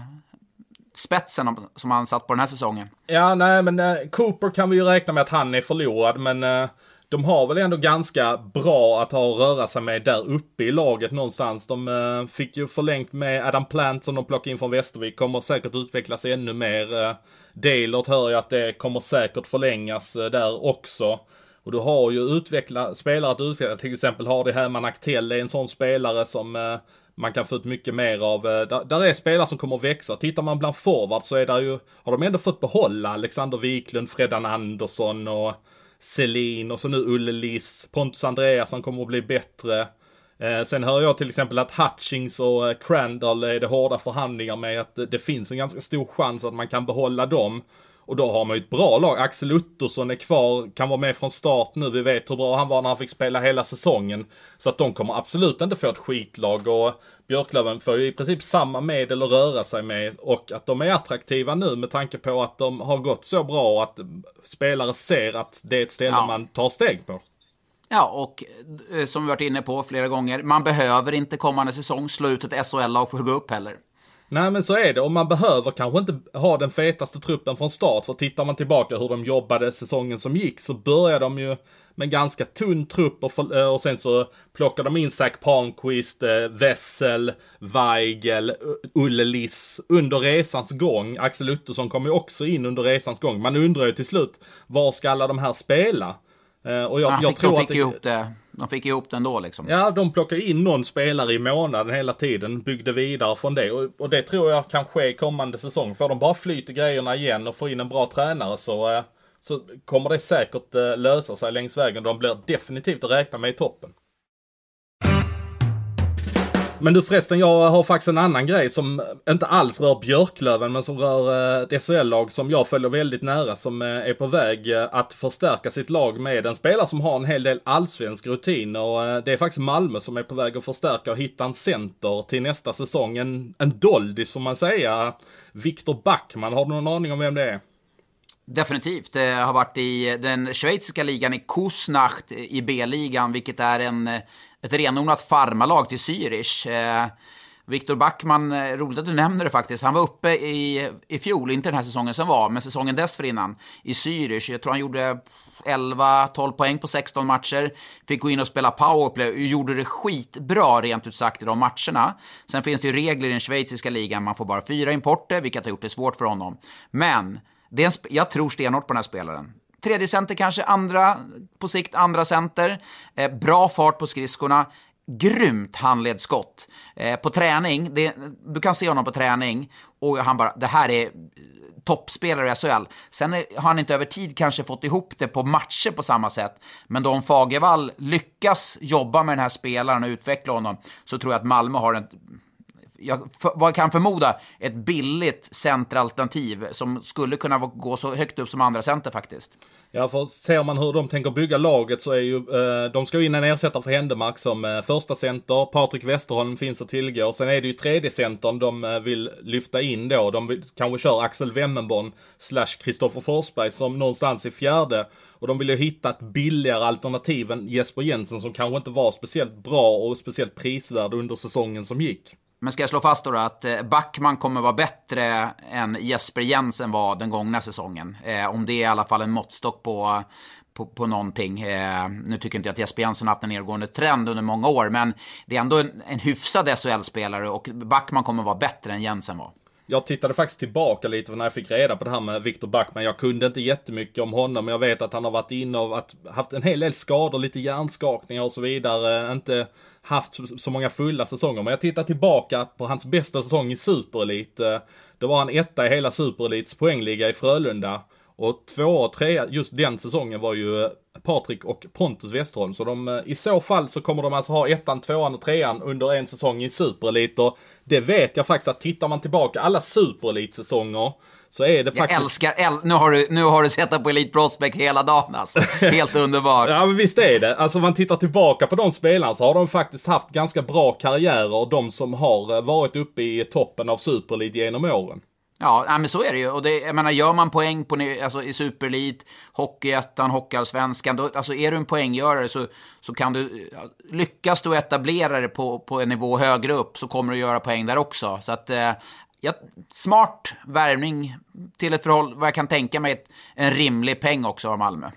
spetsen som han satt på den här säsongen? Ja, nej, men Cooper kan vi ju räkna med att han är förlorad, men de har väl ändå ganska bra att ha att röra sig med där uppe i laget någonstans. De fick ju förlängt med Adam Plant som de plockade in från Västervik. Kommer säkert utvecklas ännu mer. Dalert hör jag att det kommer säkert förlängas där också. Och du har ju spelare att utveckla. Till exempel har det Herman Aktell, en sån spelare som man kan få ut mycket mer av. Där är spelare som kommer att växa. Tittar man bland forward så har de ändå fått behålla Alexander Wiklund, Fredan Andersson och Selin och så nu Ulle Liss. Pontus Andreasson kommer att bli bättre. Sen hör jag till exempel att Hutchings och Crandall är det hårda förhandlingar med, att det finns en ganska stor chans att man kan behålla dem. Och då har man ju ett bra lag. Axel Uttersson är kvar, kan vara med från start nu. Vi vet hur bra han var när han fick spela hela säsongen. Så att de kommer absolut inte få ett skitlag. Och Björklöven får ju i princip samma medel att röra sig med. Och att de är attraktiva nu med tanke på att de har gått så bra och att spelare ser att det är ett ställe man tar steg på. Ja, och som vi varit inne på flera gånger, man behöver inte kommande säsong slå ut ett SHL-lag för att gå upp heller. Nej, men så är det. Och man behöver kanske inte ha den fetaste truppen från start. För tittar man tillbaka hur de jobbade säsongen som gick, så började de ju med ganska tunn trupp. Och sen så plockade de in Zach Palmqvist, Wessel, Weigel, Ulle Liss under resans gång. Axel Uttersson kom ju också in under resans gång. Man undrar ju till slut, var ska alla de här spela? Och jag tror de fick ihop det ändå liksom. Ja, de plockade in någon spelare i månaden hela tiden, byggde vidare från det. Och det tror jag kan ske kommande säsong. För de bara flyter grejerna igen och får in en bra tränare så kommer det säkert lösa sig längs vägen. De blir definitivt att räkna med i toppen. Men du förresten, jag har faktiskt en annan grej som inte alls rör Björklöven, men som rör ett SHL-lag som jag följer väldigt nära, som är på väg att förstärka sitt lag med en spelare som har en hel del allsvensk rutin. Och det är faktiskt Malmö som är på väg att förstärka och hitta en center till nästa säsong. En doldis får man säga. Viktor Backman, har du någon aning om vem det är? Definitivt. Det har varit i den schweiziska ligan i Kusnacht i B-ligan, vilket är ett renodlat farmalag till Zürich. Viktor Backman, roligt att du nämner det faktiskt. Han var uppe i fjol, inte den här säsongen som var, men säsongen dessförinnan i Zürich. Jag tror han gjorde 11-12 poäng på 16 matcher. Fick gå in och spela powerplay och gjorde det skitbra rent ut sagt i de matcherna. Sen finns det ju regler i den schweiziska ligan. Man får bara 4 importer, vilket har gjort det svårt för honom. Men jag tror stenhårt på den här spelaren. Tredje center kanske, på sikt andra center. Bra fart på skridskorna. Grymt handledsskott. På träning, du kan se honom på träning och han bara, toppspelare i SHL. Sen har han inte över tid kanske fått ihop det på matcher på samma sätt. Men då om Fagervall lyckas jobba med den här spelaren och utveckla honom, så tror jag att Malmö har vad kan förmoda, ett billigt centeralternativ som skulle kunna gå så högt upp som andra center faktiskt. Ja, för ser man hur de tänker bygga laget så är ju, de ska in en ersättare för Händemark som första center. Patrik Westerholm finns att tillgå. Sen är det ju tredje centern de vill lyfta in då. De vill kanske köra Axel Wemmenborn / Kristoffer Forsberg som någonstans i fjärde. Och de vill ju hitta ett billigare alternativ än Jesper Jensen som kanske inte var speciellt bra och speciellt prisvärd under säsongen som gick. Men ska jag slå fast då att Backman kommer vara bättre än Jesper Jensen var den gångna säsongen. Om det är i alla fall en måttstock på någonting. Nu tycker inte jag att Jesper Jensen har haft en nedgående trend under många år, men det är ändå en hyfsad SHL-spelare och Backman kommer vara bättre än Jensen var. Jag tittade faktiskt tillbaka lite när jag fick reda på det här med Viktor Backman. Jag kunde inte jättemycket om honom, men jag vet att han har varit inne och haft en hel del skador, lite hjärnskakningar och så vidare. Inte haft så många fulla säsonger. Men jag tittar tillbaka på hans bästa säsong i Superelit. Då var han etta i hela Superelits poängliga i Frölunda. Och 2 och 3 just den säsongen var ju Patrik och Pontus Westerholm. Så i så fall så kommer de alltså ha 1:an, 2:an och 3:an under en säsong i Superelit. Och det vet jag faktiskt att tittar man tillbaka alla Superelit-säsonger så är det faktiskt... Jag älskar, nu har du sett på Elite Prospect hela dagen alltså. Helt underbart. Ja, men visst är det. Alltså man tittar tillbaka på de spelarna så har de faktiskt haft ganska bra karriärer, de som har varit uppe i toppen av Superelit genom åren. Ja, men så är det ju. Och jag menar, gör man poäng alltså i Superelit, Hockeyettan, Hockeyallsvenskan, då, alltså är du en poänggörare så kan du, lyckas du etablera det på en nivå högre upp så kommer du göra poäng där också. Så att smart värvning till ett förhåll, vad jag kan tänka mig en rimlig peng också av Malmö.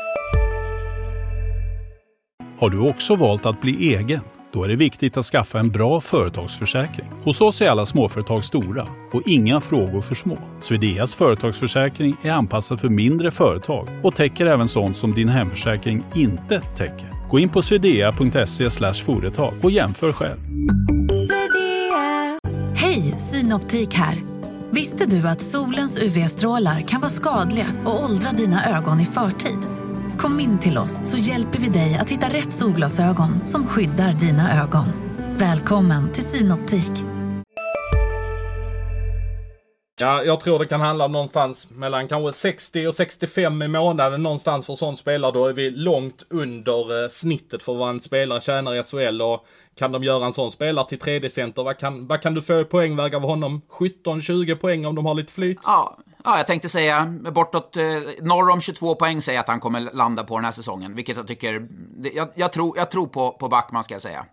Har du också valt att bli egen? Då är det viktigt att skaffa en bra företagsförsäkring. Hos oss är alla småföretag stora och inga frågor för små. Swedeas företagsförsäkring är anpassad för mindre företag och täcker även sånt som din hemförsäkring inte täcker. Gå in på swedea.se/företag och jämför själv. Hej, Synoptik här. Visste du att solens UV-strålar kan vara skadliga och åldra dina ögon i förtid? Kom in till oss så hjälper vi dig att hitta rätt solglasögon som skyddar dina ögon. Välkommen till Synoptik. Ja, jag tror det kan handla om någonstans mellan kanske 60 och 65 i månaden någonstans för sån spelare. Då är vi långt under snittet för vad en spelare tjänar i SHL. Och kan de göra en sån spelare till 3D-center? Vad kan du få i poängväg av honom? 17-20 poäng om de har lite flyt? Ja, jag tänkte säga bortåt norr om 22 poäng säger att han kommer landa på den här säsongen. Vilket jag tycker, jag tror på Backman ska jag säga.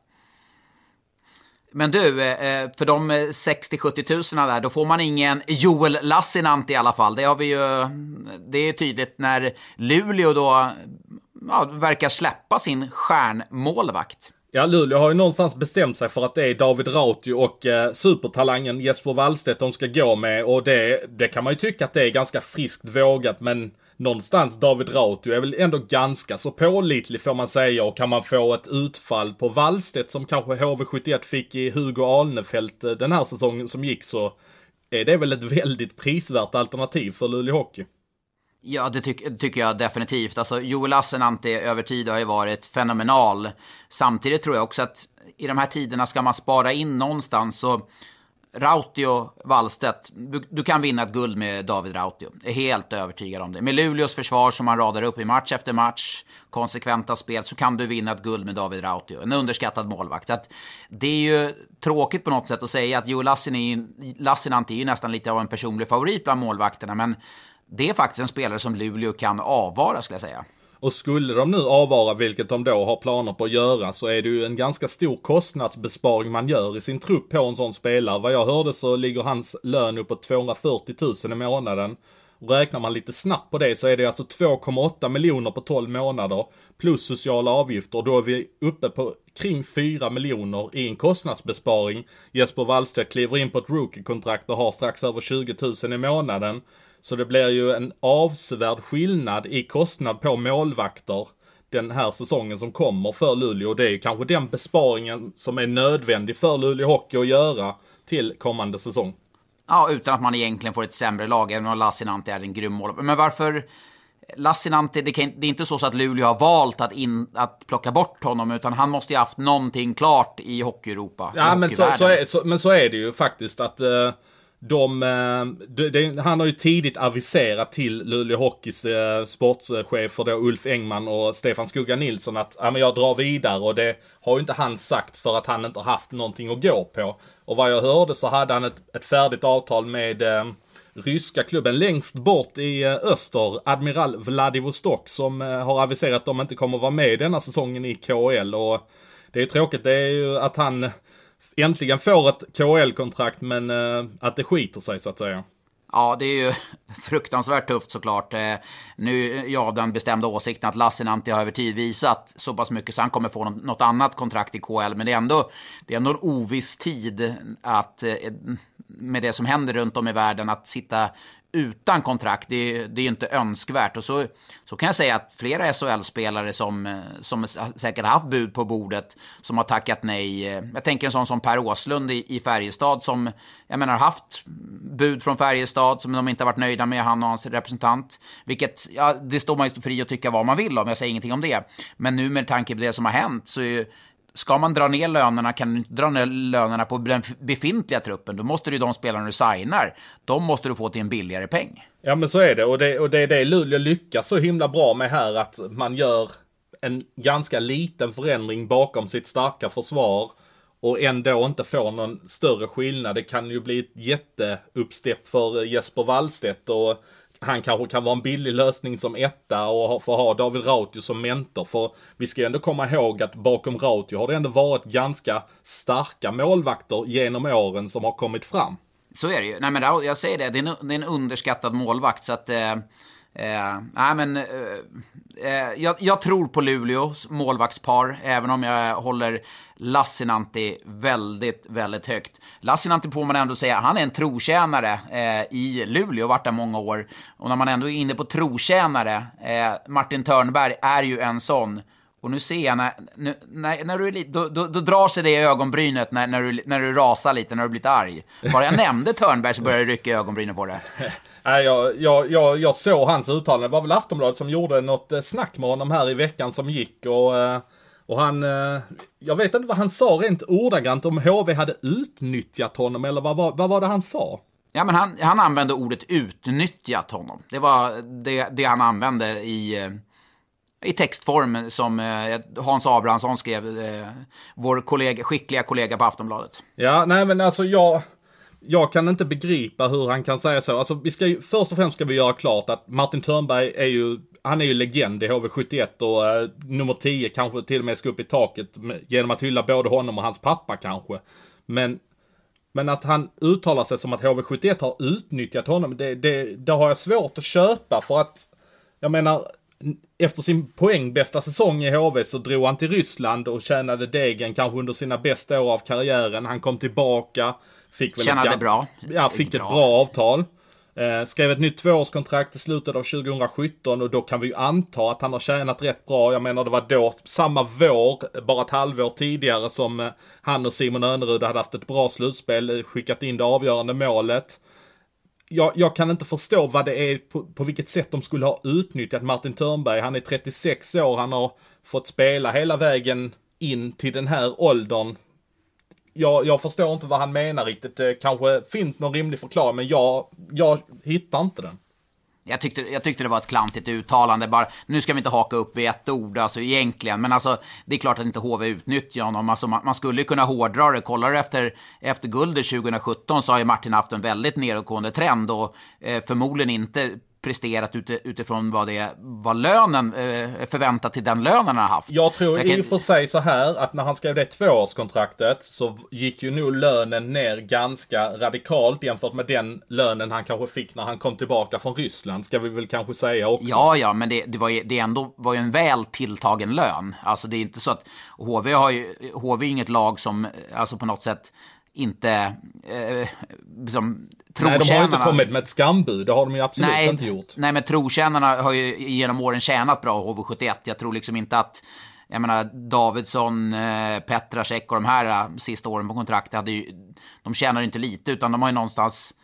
Men du, för de 60-70 tusen där, då får man ingen Joel Lassinantti i alla fall. Det är tydligt när Luleå då verkar släppa sin stjärnmålvakt. Ja, Luleå har ju någonstans bestämt sig för att det är David Rautio och supertalangen Jesper Wallstedt de ska gå med. Och det kan man ju tycka att det är ganska friskt vågat, men någonstans David Rautio är väl ändå ganska så pålitlig får man säga. Och kan man få ett utfall på Wallstedt som kanske HV71 fick i Hugo Alnefelt den här säsongen som gick, så är det väl ett väldigt prisvärt alternativ för Luleå Hockey. Ja, det tycker jag definitivt. Alltså, Joel Lassinantti över tid har ju varit fenomenal. Samtidigt tror jag också att i de här tiderna ska man spara in någonstans. Så Rautio, Wallstedt, du kan vinna ett guld med David Rautio. Jag är helt övertygad om det. Med Luleås försvar som man radar upp i match efter match, konsekventa spel, så kan du vinna ett guld med David Rautio. En underskattad målvakt. Så att det är ju tråkigt på något sätt att säga att Joel Lassinantti är ju nästan lite av en personlig favorit bland målvakterna, men det är faktiskt en spelare som Luleå kan avvara, skulle jag säga. Och skulle de nu avvara, vilket de då har planer på att göra, så är det ju en ganska stor kostnadsbesparing man gör i sin trupp på en sån spelare. Vad jag hörde så ligger hans lön upp på 240 000 i månaden. Och räknar man lite snabbt på det så är det alltså 2,8 miljoner på 12 månader plus sociala avgifter. Då är vi uppe på kring 4 miljoner i en kostnadsbesparing. Jesper Wallstedt kliver in på ett rookie-kontrakt och har strax över 20 000 i månaden. Så det blir ju en avsevärd skillnad i kostnad på målvakter den här säsongen som kommer för Luleå. Det är ju kanske den besparingen som är nödvändig för Luleå Hockey att göra till kommande säsong. Ja, utan att man egentligen får ett sämre lag, även om Lassinantti är en grym mål. Men varför Lassinantti, det är inte så att Luleå har valt att plocka bort honom, utan han måste ju haft någonting klart i Hockey-Europa. Ja, men så är det ju faktiskt att han har ju tidigt aviserat till Luleå Hockeys sportschefer då, Ulf Engman och Stefan Skugga Nilsson att men jag drar vidare, och det har ju inte han sagt för att han inte har haft någonting att gå på. Och vad jag hörde så hade han ett färdigt avtal med ryska klubben längst bort i öster, Admiral Vladivostok, som har aviserat att de inte kommer vara med denna säsongen i KHL. Och det är tråkigt, det är ju att han äntligen får ett KHL-kontrakt, men att det skiter sig så att säga. Ja, det är ju fruktansvärt tufft såklart. Nu är jag den bestämda åsikten att Lassinantti har över tid visat så pass mycket så han kommer få något annat kontrakt i KHL. Men det är ändå en oviss tid att, med det som händer runt om i världen, att sitta utan kontrakt. Det är ju inte önskvärt. Och så kan jag säga att flera SHL-spelare som säkert har haft bud på bordet som har tackat nej. Jag tänker en sån som Per Åslund i Färjestad som har haft bud från Färjestad som de inte har varit nöjda med, han och hans representant. Vilket, det står man ju fri att tycka vad man vill om, jag säger ingenting om det. Men nu med tanke på det som har hänt så ska man dra ner lönerna, kan du inte dra ner lönerna på den befintliga truppen. Då måste du de spelarna du signar, de måste du få till en billigare peng. Ja, men så är det. Och det är det Luleå lyckas så himla bra med här, att man gör en ganska liten förändring bakom sitt starka försvar och ändå inte får någon större skillnad. Det kan ju bli ett jätteuppstepp för Jesper Wallstedt, och han kanske kan vara en billig lösning som etta och få ha David Rautio som mentor. För vi ska ju ändå komma ihåg att bakom Rautio har det ändå varit ganska starka målvakter genom åren som har kommit fram. Så är det ju. Nej, men jag säger det är en underskattad målvakt, så att jag tror på Luleås målvaktspar, även om jag håller Lassinantti väldigt, väldigt högt. Lassinantti får man ändå säga, han är en trotjänare i Luleå, varit där många år. Och när man ändå är inne på trotjänare, Martin Törnberg är ju en sån. Och nu ser jag när du är lite, då drar sig det i ögonbrynet när du rasar lite, när du blir lite arg. Bara jag nämnde Törnberg så börjar det rycka i ögonbrynet på det. Nej, jag såg hans uttalande. Det var väl Aftonbladet som gjorde något snack med honom här i veckan som gick. Och han, jag vet inte vad han sa rent ordagrant, om HV hade utnyttjat honom, eller vad var det han sa? Ja, men han använde ordet utnyttjat honom. Det var det han använde i textform som Hans Abrahamsson skrev, vår skickliga kollega på Aftonbladet. Ja, nej men alltså jag kan inte begripa hur han kan säga så. Alltså först och främst ska vi göra klart att Martin Törnberg är ju legend i HV71 och nummer 10 kanske till och med ska upp i taket genom att hylla både honom och hans pappa kanske. Men att han uttalar sig som att HV71 har utnyttjat honom, det har jag svårt att köpa, för att jag menar, efter sin poängbästa säsong i HV så drog han till Ryssland och tjänade degen kanske under sina bästa år av karriären. Han kom tillbaka, fick ett bra avtal. Skrev ett nytt 2-årskontrakt i slutet av 2017, och då kan vi ju anta att han har tjänat rätt bra. Jag menar, det var då samma vår, bara ett halvår tidigare, som han och Simon Önerud hade haft ett bra slutspel, skickat in det avgörande målet. Jag kan inte förstå vad det är, på vilket sätt de skulle ha utnyttjat Martin Törnberg. Han är 36 år, han har fått spela hela vägen in till den här åldern. Jag förstår inte vad han menar riktigt. Det kanske finns någon rimlig förklaring, men jag hittar inte den. Jag tyckte det var ett klantigt uttalande. Bara, nu ska vi inte haka upp i ett ord alltså, egentligen. Men alltså, det är klart att inte HV utnyttjar honom. Alltså, man skulle kunna hårdra det. Kollar efter guldet 2017 så har ju Martin haft en väldigt nedåtgående trend. Och förmodligen inte presterat utifrån vad lönen förväntat till den lönen han har haft. Jag tror i och för sig så här att när han skrev det 2-årskontraktet så gick ju nog lönen ner ganska radikalt jämfört med den lönen han kanske fick när han kom tillbaka från Ryssland, ska vi väl kanske säga också. Ja, men det ändå var ju en väl tilltagen lön. Alltså det är inte så att HV är inget lag som alltså på något sätt inte som nej, de har inte kommit med ett skambud. Det har de ju absolut inte gjort. Nej, men trotjänarna har ju genom åren tjänat bra HV71. Jag tror liksom inte att Jag menar, Davidsson, Petrasek och de här sista åren på kontrakt, de tjänar ju inte lite, utan de har ju någonstans,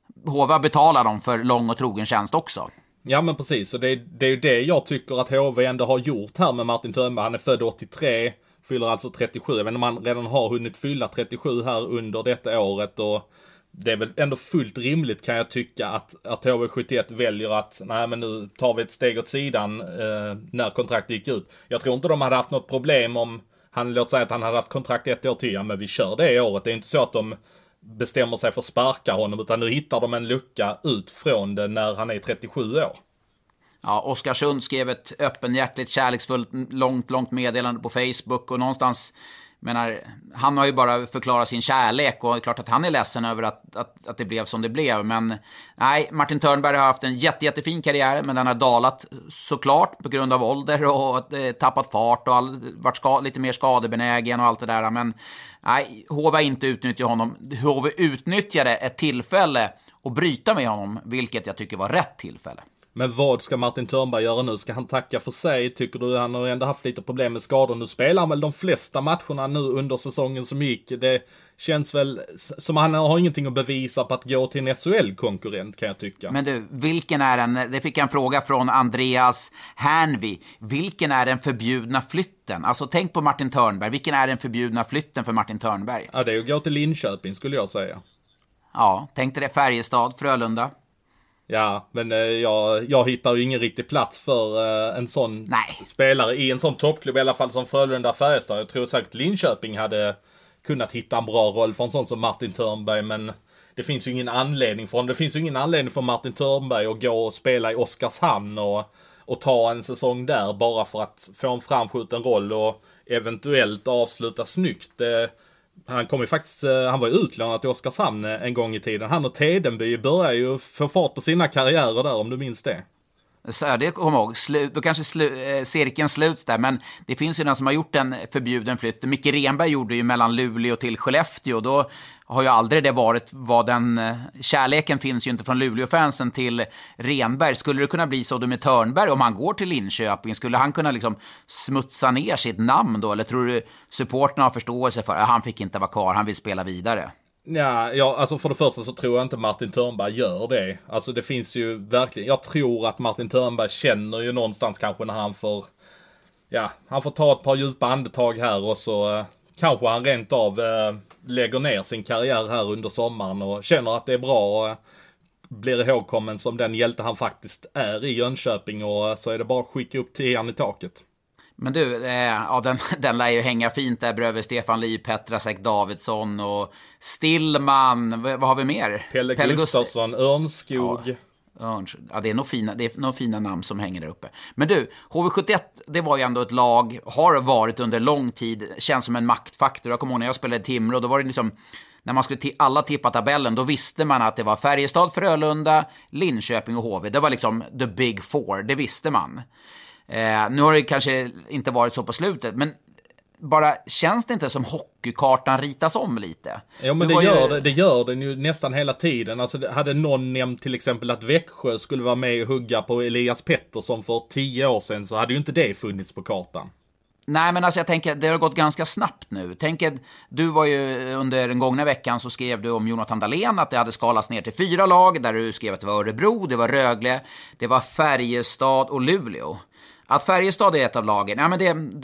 HV betalar dem för lång och trogen tjänst också. Ja men precis, och det är ju det jag tycker att HV ändå har gjort här med Martin Törnberg. Han är född 83, fyller alltså 37. Jag vet inte om han redan har hunnit fylla 37 här under detta året, och det är väl ändå fullt rimligt kan jag tycka att HV71 väljer att nej men nu tar vi ett steg åt sidan när kontraktet gick ut. Jag tror inte de hade haft något problem om låt säga att han hade haft kontrakt 1 år till, ja, men vi kör det året. Det är inte så att de bestämmer sig för att sparka honom, utan nu hittar de en lucka ut från det när han är 37 år. Ja, Oskarsund skrev ett öppenhjärtligt, kärleksfullt, långt meddelande på Facebook, och någonstans, menar, han har ju bara förklarat sin kärlek, och det är klart att han är ledsen över att det blev som det blev. Men nej, Martin Törnberg har haft en jättefin karriär, men den har dalat såklart på grund av ålder och tappat fart och varit lite mer skadebenägen och allt det där. Men nej, HV inte utnyttjade honom. HV utnyttjade ett tillfälle att bryta med honom, vilket jag tycker var rätt tillfälle. Men vad ska Martin Törnberg göra nu? Ska han tacka för sig? Tycker du? Han har ändå haft lite problem med skador. Nu spelar han väl de flesta matcherna nu under säsongen som gick. Det känns väl som han har ingenting att bevisa på att gå till en SHL-konkurrent, kan jag tycka. Men du, vilken är det fick jag en fråga från Andreas Hernvi. Vilken är den förbjudna flytten? Alltså tänk på Martin Törnberg. Vilken är den förbjudna flytten för Martin Törnberg? Ja, det är att gå till Linköping skulle jag säga. Ja, tänk dig det, Färjestad, Frölunda. Ja, men jag hittar ju ingen riktig plats för en sån spelare i en sån toppklubb, i alla fall som Frölunda, Färjestad. Jag tror säkert Linköping hade kunnat hitta en bra roll för en sån som Martin Törnberg, men det finns ju ingen anledning för honom. Det finns ju ingen anledning för Martin Törnberg att gå och spela i Oskarshamn och ta en säsong där bara för att få en framskjuten roll och eventuellt avsluta snyggt. Han kom ju faktiskt, han var ju utlånad till Oskarshamn en gång i tiden. Han och Tedenby börjar ju få fart på sina karriärer där, om du minns det. Så det kommer jag ihåg. Då kanske cirkeln sluts där, men det finns ju den som har gjort en förbjuden flytt. Micke Renberg gjorde ju mellan Luleå till Skellefteå, då har ju aldrig det varit vad den kärleken finns ju inte från Luleå-fansen till Renberg. Skulle det kunna bli så då med Törnberg om han går till Linköping? Skulle han kunna liksom smutsa ner sitt namn då? Eller tror du supporterna har förståelse för att han fick inte vara kvar, han vill spela vidare? Ja, alltså för det första så tror jag inte Martin Törnberg gör det. Alltså det finns ju verkligen, jag tror att Martin Törnberg känner ju någonstans kanske när han får ta ett par djupa andetag här, och så kanske han rent av lägger ner sin karriär här under sommaren och känner att det är bra och blir ihågkommen som den hjälte han faktiskt är i Jönköping, och så är det bara att skicka upp till han i taket. Men du, den lär ju hänga fint där bredvid Stefan Liv, Petrasek, Davidsson och Stillman. Vad har vi mer? Pelle Gustafsson, Örnskog. Ja, det är nog fina namn som hänger där uppe. Men du, HV71, det var ju ändå ett lag, har varit under lång tid, känns som en maktfaktor. Jag kommer ihåg när jag spelade i Timrå, då var det liksom, när man skulle alla tippa tabellen, då visste man att det var Färjestad, Frölunda, Linköping och HV. Det var liksom the big four, det visste man. Nu har det kanske inte varit så på slutet, men bara känns det inte som hockeykartan ritas om lite? Ja, men det gör den ju nästan hela tiden. Alltså, hade någon nämnt till exempel att Växjö skulle vara med och hugga på Elias Pettersson för 10 år sedan, så hade ju inte det funnits på kartan. Nej, men alltså jag tänker, det har gått ganska snabbt nu. Du var ju under den gångna veckan så skrev du om Jonathan Dahlén att det hade skalats ner till 4 lag, där du skrev att det var Örebro, det var Rögle, det var Färjestad och Luleå. Att Färjestad är ett av lagen, ja men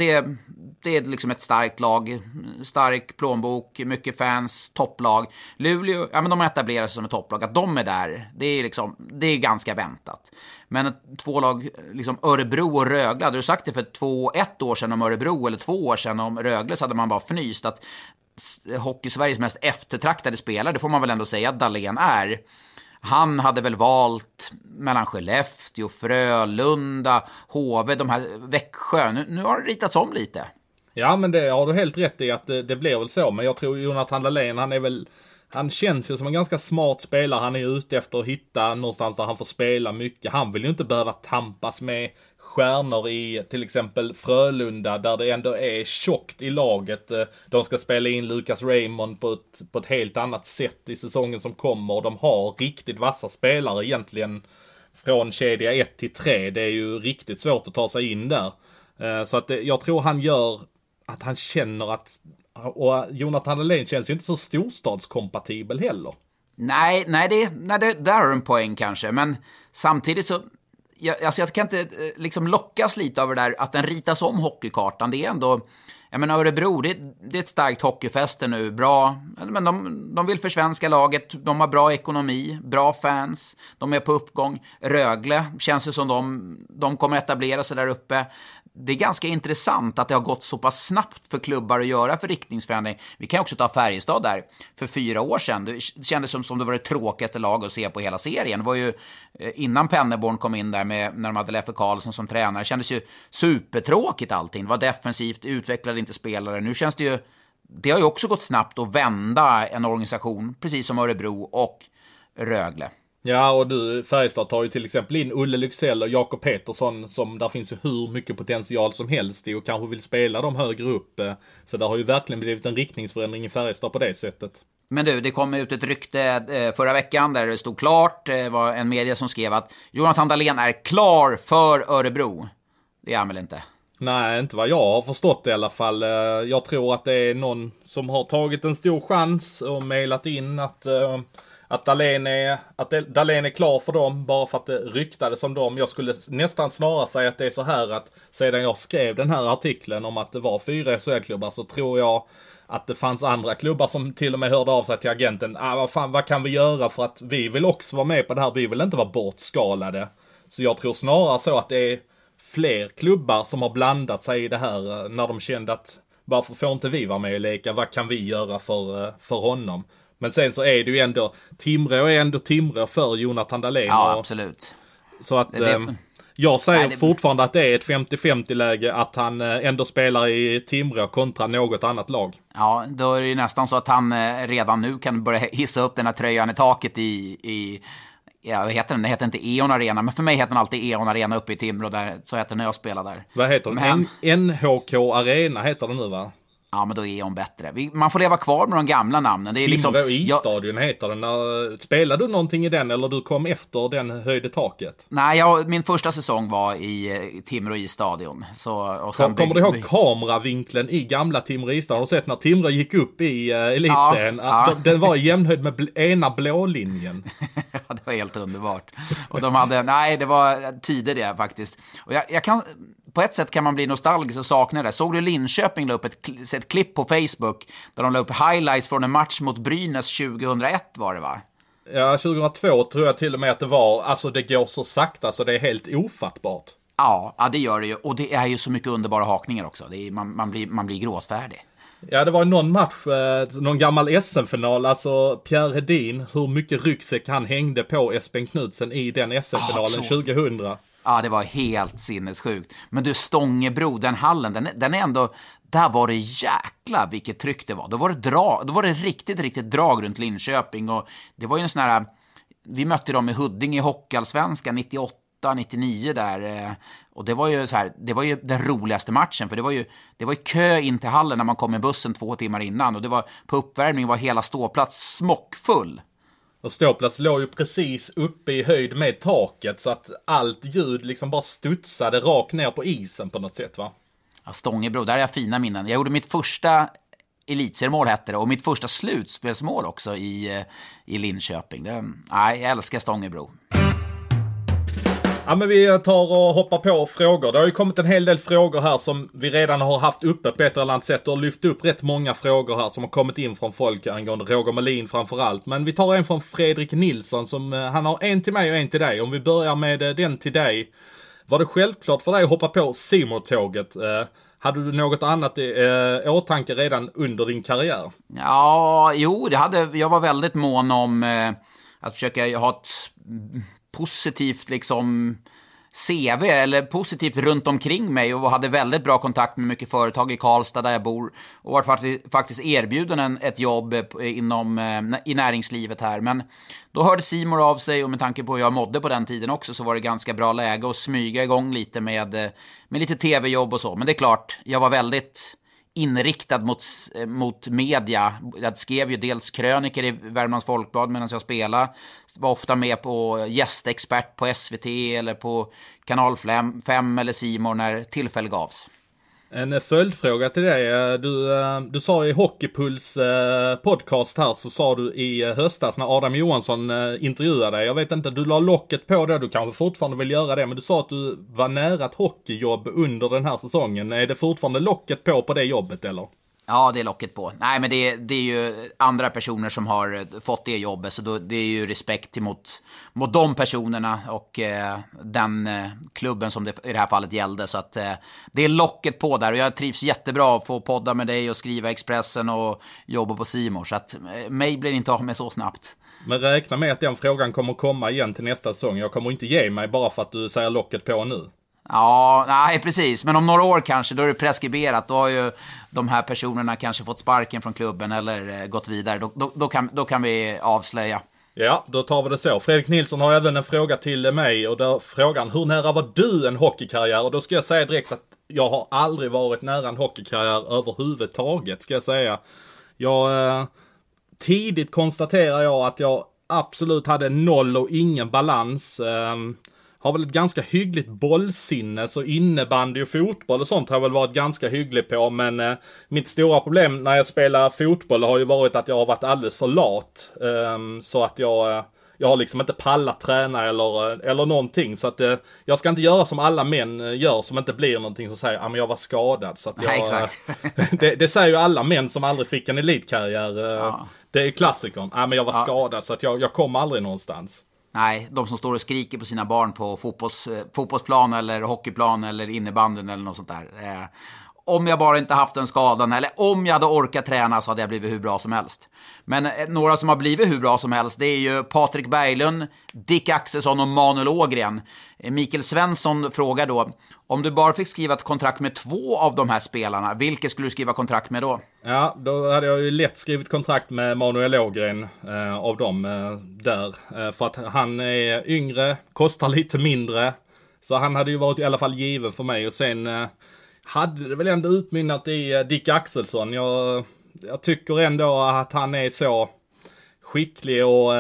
det är liksom ett starkt lag, stark plånbok, mycket fans, topplag. Luleå, ja men de etablerar sig som ett topplag, att de är där, det är ganska väntat. Men 2 lag, liksom Örebro och Rögle, hade du sagt det för 1 år sedan om Örebro eller 2 år sedan om Rögle, så hade man bara fnyst att Hockey-Sveriges mest eftertraktade spelare, det får man väl ändå säga att Dahlén är. Han hade väl valt mellan Skellefteå, Frölunda, HV, de här Växjö. Nu har det ritats om lite. Ja, men det har du helt rätt i att det blir väl så. Men jag tror Jonathan Dahlén, han känns ju som en ganska smart spelare. Han är ute efter att hitta någonstans där han får spela mycket. Han vill ju inte behöva tampas med stjärnor i till exempel Frölunda, där det ändå är tjockt i laget. De ska spela in Lucas Raymond på ett helt annat sätt i säsongen som kommer. De har riktigt vassa spelare egentligen från kedja 1 till 3. Det är ju riktigt svårt att ta sig in där. Så att jag tror han gör att han känner att, och Jonathan Dahlén känns ju inte så storstadskompatibel heller. Nej, där har du en poäng kanske, men samtidigt så jag kan inte liksom lockas lite över det där att den ritas om hockeykartan. Det är ändå, jag menar Örebro, det är ett starkt hockeyfäste nu, bra, men de vill försvenska laget, de har bra ekonomi, bra fans, de är på uppgång. Rögle känns det som de kommer etablera sig där uppe. Det är ganska intressant att det har gått så pass snabbt för klubbar att göra för riktningsförändring. Vi kan också ta Färjestad där. För 4 år sedan, det kändes som det var det tråkigaste lag att se på hela serien. Det var ju innan Penneborn kom in där när de hade Leffe Karlsson som tränare. Det kändes ju supertråkigt allting. Det var defensivt, utvecklade inte spelare. Nu känns det har ju också gått snabbt att vända en organisation, precis som Örebro och Rögle. Ja, och Färjestad tar ju till exempel in Olle Lycksell och Jakob Petersson som där finns ju hur mycket potential som helst i och kanske vill spela dem högre upp. Så det har ju verkligen blivit en riktningsförändring i Färjestad på det sättet. Men det kom ut ett rykte förra veckan där det stod klart. Det var en media som skrev att Jonathan Dahlén är klar för Örebro. Det är han väl inte? Nej, inte vad jag har förstått i alla fall. Jag tror att det är någon som har tagit en stor chans och mejlat in att Dahlén är klar för dem bara för att det ryktades som dem. Jag skulle nästan snarare säga att det är så här att sedan jag skrev den här artikeln om att det var 4 SHL-klubbar så tror jag att det fanns andra klubbar som till och med hörde av sig till agenten. Vad kan vi göra för att vi vill också vara med på det här? Vi vill inte vara bortskalade. Så jag tror snarare så att det är fler klubbar som har blandat sig i det här när de kände att varför får inte vi vara med och leka? Vad kan vi göra för honom? Men sen så är det ju ändå Timrå för Jonathan Dahlén. Ja, absolut. Så att jag säger fortfarande att det är ett 50-50 läge att han ändå spelar i Timrå kontra något annat lag. Ja, då är det ju nästan så att han redan nu kan börja hissa upp den här tröjan i taket i vad heter den? Det heter inte E.ON Arena, men för mig heter den alltid E.ON Arena uppe i Timrå, där, så heter den när jag spelar där. Vad heter den? NHK Arena heter den nu, va? Ja, men då är hon bättre. Man får leva kvar med de gamla namnen. Det är Timrå i-stadion heter den. Spelade du någonting i den eller du kom efter den höjde taket? Nej, min första säsong var i Timrå i-stadion. Kommer du ihåg kameravinkeln i gamla Timrå i-stadion? Har du sett när Timrå gick upp i elitserien? Ja. Den var i jämnhöjd med ena blålinjen. Ja, det var helt underbart. Och det var tider det faktiskt. Och jag kan... På ett sätt kan man bli nostalgisk och sakna det. Såg du Linköping la upp ett klipp på Facebook där de la upp highlights från en match mot Brynäs 2001 var det, va? Ja, 2002 tror jag till och med att det var. Alltså det går så sakta så det är helt ofattbart. Ja, det gör det ju. Och det är ju så mycket underbara hakningar också. Man blir gråtfärdig. Ja, det var någon match, någon gammal SM-final, alltså Pierre Hedin, hur mycket ryggsäck han hängde på Espen Knudsen i den SM-finalen 2000. Ja, det var helt sinnessjukt. Men du, Stångebro, den hallen, den är ändå... Där var det jäkla vilket tryck det var. Då var det riktigt, riktigt drag runt Linköping. Och det var ju en sån här... Vi mötte dem i Huddinge i Hockeyallsvenskan 98-99 där. Och det var ju så här, det var ju den roligaste matchen. För det var ju kö in till hallen när man kom med bussen 2 timmar innan. Och det var på uppvärmning var hela ståplats smockfull. Och ståplats låg ju precis uppe i höjd med taket så att allt ljud liksom bara studsade rakt ner på isen på något sätt, va? Ja, Stångebro, där är jag fina minnen. Jag gjorde mitt första elitseriemål hette det och mitt första slutspelsmål också i Linköping. Jag älskar Stångebro. Ja, men vi tar och hoppar på frågor. Det har ju kommit en hel del frågor här som vi redan har haft uppe på ett eller annat sätt och lyft upp rätt många frågor här som har kommit in från folk angående Roger Melin framförallt. Men vi tar en från Fredrik Nilsson som han har en till mig och en till dig. Om vi börjar med den till dig. Var det självklart för dig att hoppa på Simor-tåget? Hade du något annat i åtanke redan under din karriär? Ja, jo, jag var väldigt mån om att försöka ha ett positivt liksom CV eller positivt runt omkring mig och hade väldigt bra kontakt med mycket företag i Karlstad där jag bor och var faktiskt erbjuden ett jobb i näringslivet här. Men då hörde Simor av sig och med tanke på hur jag mådde på den tiden också så var det ganska bra läge att smyga igång lite med lite tv-jobb och så. Men det är klart, jag var väldigt inriktad mot media. Jag skrev ju dels kröniker i Värmlands Folkblad medan jag spelade. Var ofta med på gästexpert på SVT eller på Kanal 5 eller C More när tillfälle gavs. En följdfråga till dig. Du sa i Hockeypuls podcast här, så sa du i höstas när Adam Johansson intervjuade dig. Jag vet inte, du la locket på det, du kanske fortfarande vill göra det, men du sa att du var nära ett hockeyjobb under den här säsongen. Är det fortfarande locket på det jobbet eller? Ja, det är locket på. Nej, men det är ju andra personer som har fått det jobbet, så det är ju respekt mot de personerna och den klubben som det i det här fallet gällde. Så att det är locket på där, och jag trivs jättebra att få podda med dig och skriva Expressen och jobba på C More, så att mig blir inte av med så snabbt. Men räkna med att den frågan kommer komma igen till nästa säsong. Jag kommer inte ge mig bara för att du säger locket på nu. Ja, nej precis. Men om några år kanske, då är det preskriberat. Då har ju de här personerna kanske fått sparken från klubben eller gått vidare. Då kan vi avslöja. Ja, då tar vi det så. Fredrik Nilsson har även en fråga till mig, och där frågan: hur nära var du en hockeykarriär? Och då ska jag säga direkt att jag har aldrig varit nära en hockeykarriär överhuvudtaget, ska jag säga. Tidigt konstaterar jag att jag absolut hade noll och ingen balans. Har väl ett ganska hyggligt bollsinne, så innebandy och fotboll och sånt har jag väl varit ganska hygglig på, men mitt stora problem när jag spelar fotboll har ju varit att jag har varit alldeles för lat, så att jag har liksom inte pallat träna eller någonting, så att jag ska inte göra som alla män gör som inte blir någonting, som säger men jag var skadad, så att jag, nej, exakt. det säger ju alla män som aldrig fick en elitkarriär. Ja. Det är klassikern. Men jag var skadad, så att jag kom aldrig någonstans. Nej, de som står och skriker på sina barn på fotbollsplan eller hockeyplan eller innebanden eller något sånt där. Om jag bara inte haft en skadan, eller om jag hade orkat träna, så hade jag blivit hur bra som helst. Men några som har blivit hur bra som helst, det är ju Patrik Berglund, Dick Axelsson och Manuel Ågren. Mikael Svensson frågar då: om du bara fick skriva ett kontrakt med 2 av de här spelarna, vilka skulle du skriva kontrakt med då? Ja, då hade jag ju lätt skrivit kontrakt med Manuel Ågren av dem där. För att han är yngre, kostar lite mindre. Så han hade ju varit i alla fall given för mig. Och sen hade det väl ändå utmynnat i Dick Axelsson. Jag tycker ändå att han är så skicklig, och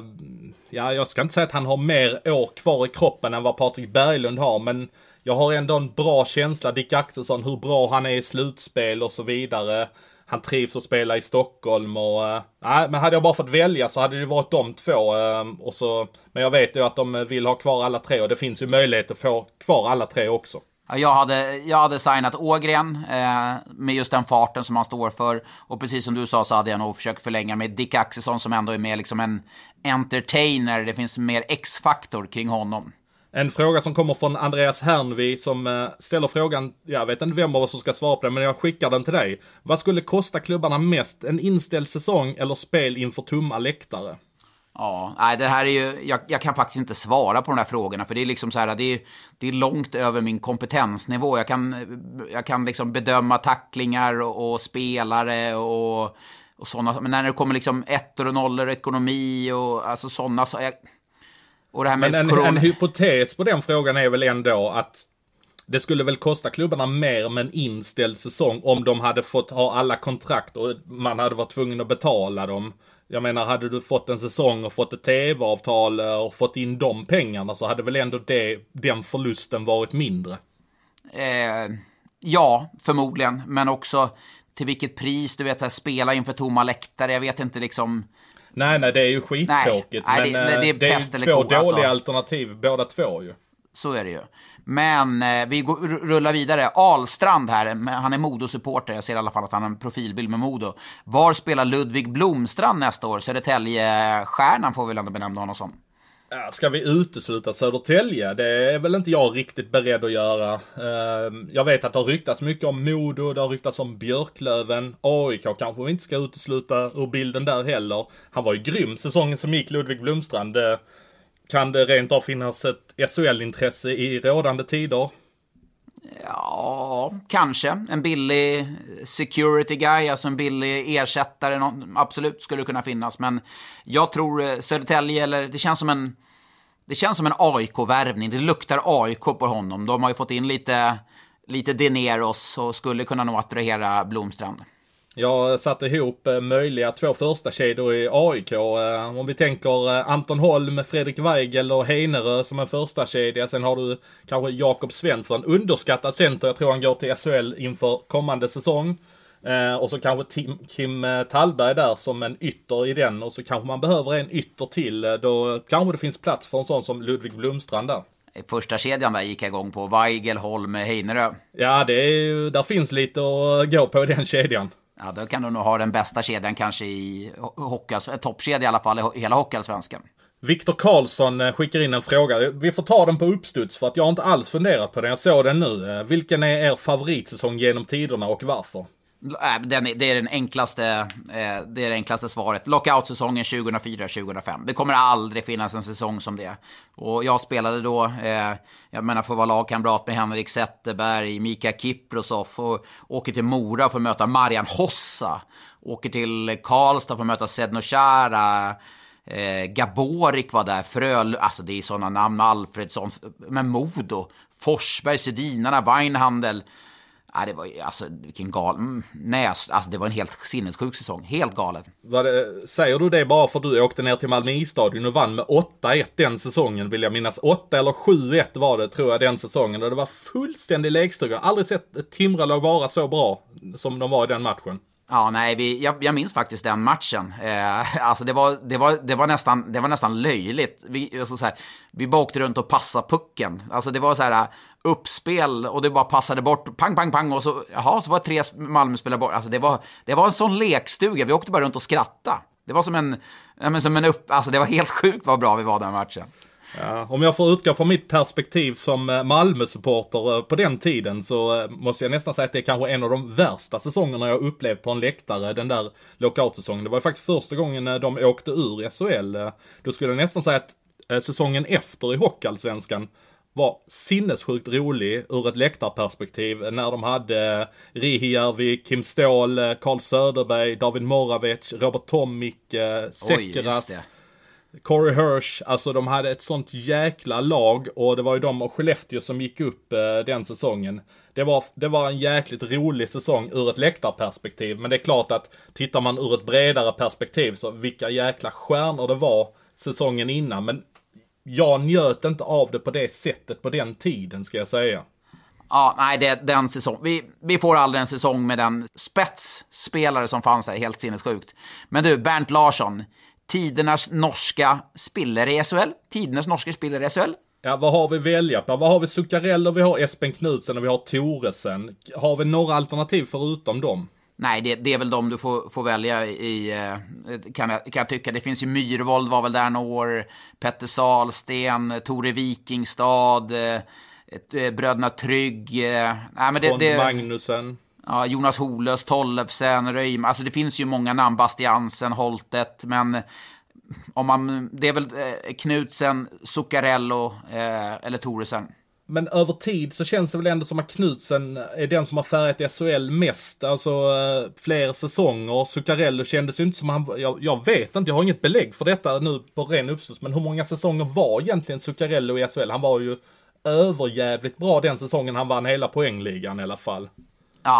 jag ska inte säga att han har mer år kvar i kroppen än vad Patrik Berglund har, men jag har ändå en bra känsla, Dick Axelsson, hur bra han är i slutspel och så vidare. Han trivs att spela i Stockholm, och men hade jag bara fått välja så hade det varit de 2, men jag vet ju att de vill ha kvar alla 3, och det finns ju möjlighet att få kvar alla 3 också. Jag hade signat Ågren med just den farten som han står för, och precis som du sa så hade jag nog försökt förlänga med Dick Axelsson, som ändå är mer liksom en entertainer. Det finns mer X-faktor kring honom. En fråga som kommer från Andreas Hernvi, som ställer frågan, jag vet inte vem av oss som ska svara på det, men jag skickar den till dig. Vad skulle kosta klubbarna mest, en inställd säsong eller spel inför tomma läktare? Ja, nej, det här är ju, jag kan faktiskt inte svara på de här frågorna, för det är liksom så här, det är långt över min kompetensnivå. Jag kan liksom bedöma tacklingar och spelare och sådana, men när det kommer liksom 1 och 0 ekonomi och alltså sådana, så och det här med men en hypotes på den frågan är väl ändå att det skulle väl kosta klubbarna mer med en inställd säsong om de hade fått ha alla kontrakt och man hade varit tvungen att betala dem. Jag menar, hade du fått en säsong och fått ett tv-avtal och fått in de pengarna, så hade väl ändå den förlusten varit mindre? Ja, förmodligen. Men också till vilket pris, du vet, så här, spela inför tomma läktare. Jag vet inte liksom... Nej, det är ju skittråkigt. Nej, men det är pest eller två dåliga alternativ, båda 2 ju. Så är det ju. Men vi rullar vidare. Ahlstrand här, han är Modo-supporter. Jag ser i alla fall att han har en profilbild med Modo. Var spelar Ludvig Blomstrand nästa år? Södertälje-stjärnan får vi väl ändå benämna honom som. Ska vi utesluta Södertälje? Det är väl inte jag riktigt beredd att göra. Jag vet att det har ryktats mycket om Modo, det har ryktats om Björklöven. AIK kanske vi inte ska utesluta ur bilden där heller. Han var ju grym säsongen som gick, Ludvig Blomstrand. Kan det rent av finnas ett SHL-intresse i rådande tider? Ja, kanske. En billig security guy, alltså en billig ersättare, absolut skulle kunna finnas. Men jag tror Södertälje, eller det känns som en AIK-värvning. Det luktar AIK på honom. De har ju fått in lite lite dineros och skulle kunna nog attrahera Blomstrand. Jag satte ihop möjliga 2 första kedjor i AIK. Om vi tänker Anton Holm, Fredrik Weigel och Heinerö som en första kedja. Sen har du kanske Jakob Svensson, underskattad center. Jag tror han går till SHL inför kommande säsong. Och så kanske Kim Tallberg där som en ytter i den. Och så kanske man behöver en ytter till. Då kanske det finns plats för en sån som Ludvig Blomstrand där. Första kedjan där gick jag igång på. Weigel, Holm, Heinerö. Ja, där finns lite att gå på den kedjan. Ja, då kan du nog ha den bästa kedjan kanske i toppkedja i alla fall i hela Hockeyallsvenskan. Viktor Karlsson skickar in en fråga. Vi får ta den på uppstuds för att jag har inte alls funderat på den. Jag såg den nu. Vilken är er favoritsäsong genom tiderna och varför? Det är det enklaste svaret. Lockout-säsongen 2004-2005. Det kommer aldrig finnas en säsong som det. Och jag spelade då, jag menar för att vara lagkamrat med Henrik Zetterberg, Mika Kiprosov, och åker till Mora för att möta Marian Hossa. Åker till Karlstad för att möta Sedno Chara. Gaborik var där, alltså det är sådana namn, Alfredsson, men Modo, Forsberg, Sedinarna, Weinhandel. Ja, det var alltså vilken alltså det var en helt sinnessjuk säsong, helt galet. Säger du det bara för du åkte ner till Malmö Isstadion och vann med 8-1 den säsongen, vill jag minnas. 8 eller 7-1 var det, tror jag, den säsongen. Och det var fullständig lekstuga. Aldrig sett ett Timrå-lag vara så bra som de var i den matchen. Ja, nej, jag minns faktiskt den matchen. Alltså det var nästan löjligt. Vi bara åkte runt och passade pucken. Alltså det var så här uppspel och det bara passade bort, pang, pang, pang, och så var 3 Malmö-spelare bort. Alltså det var en sån lekstuga. Vi åkte bara runt och skrattade. Det var alltså det var helt sjukt vad bra vi var den matchen. Ja, om jag får utgå från mitt perspektiv som Malmö-supporter på den tiden, så måste jag nästan säga att det är kanske en av de värsta säsongerna jag upplevt på en läktare, den där lockout-säsongen. Det var faktiskt första gången de åkte ur SHL. Då skulle jag nästan säga att säsongen efter i Hockeyallsvenskan var sinnessjukt rolig ur ett läktarperspektiv, när de hade Rihijärvi, Kim Ståhl, Carl Söderberg, David Moravec, Robert Tomic, Sekeras, Corey Hirsch. Alltså de hade ett sånt jäkla lag, och det var ju de och Skellefteå som gick upp den säsongen. Det var en jäkligt rolig säsong ur ett läktarperspektiv, men det är klart att tittar man ur ett bredare perspektiv, så vilka jäkla stjärnor det var säsongen innan. Men jag njöt inte av det på det sättet på den tiden, ska jag säga. Ja, nej, den säsong. Vi får aldrig en säsong med den spetsspelare som fanns där, helt sinnessjukt. Men du, Bernt Larsson, tidernas norska spelare i SHL? Tidernas norska spelare i SHL? Ja, vad har vi välja på? Vad har vi? Zuccarello, vi har Espen Knudsen och vi har Thoresen. Har vi några alternativ förutom dem? Nej, det är väl de du får välja i, kan jag tycka. Det finns ju Myrvold var väl där några år, Petter Salsten, Tore Wikingstad, bröderna Trygg. Magnusen. Ja, Jonas Holös, Tollefsen, Röjm. Alltså det finns ju många namn, Bastiansen, Holtet, men det är väl Knudsen, Zuccarello eller Thoresen. Men över tid så känns det väl ändå som att Knudsen är den som har färgat SHL mest. Alltså fler säsonger. Zuccarello kändes ju inte som han... Jag vet inte, jag har inget belägg för detta nu på ren uppstuds. Men hur många säsonger var egentligen Zuccarello i SHL? Han var ju överjävligt bra den säsongen han vann hela poängligan i alla fall. Ja,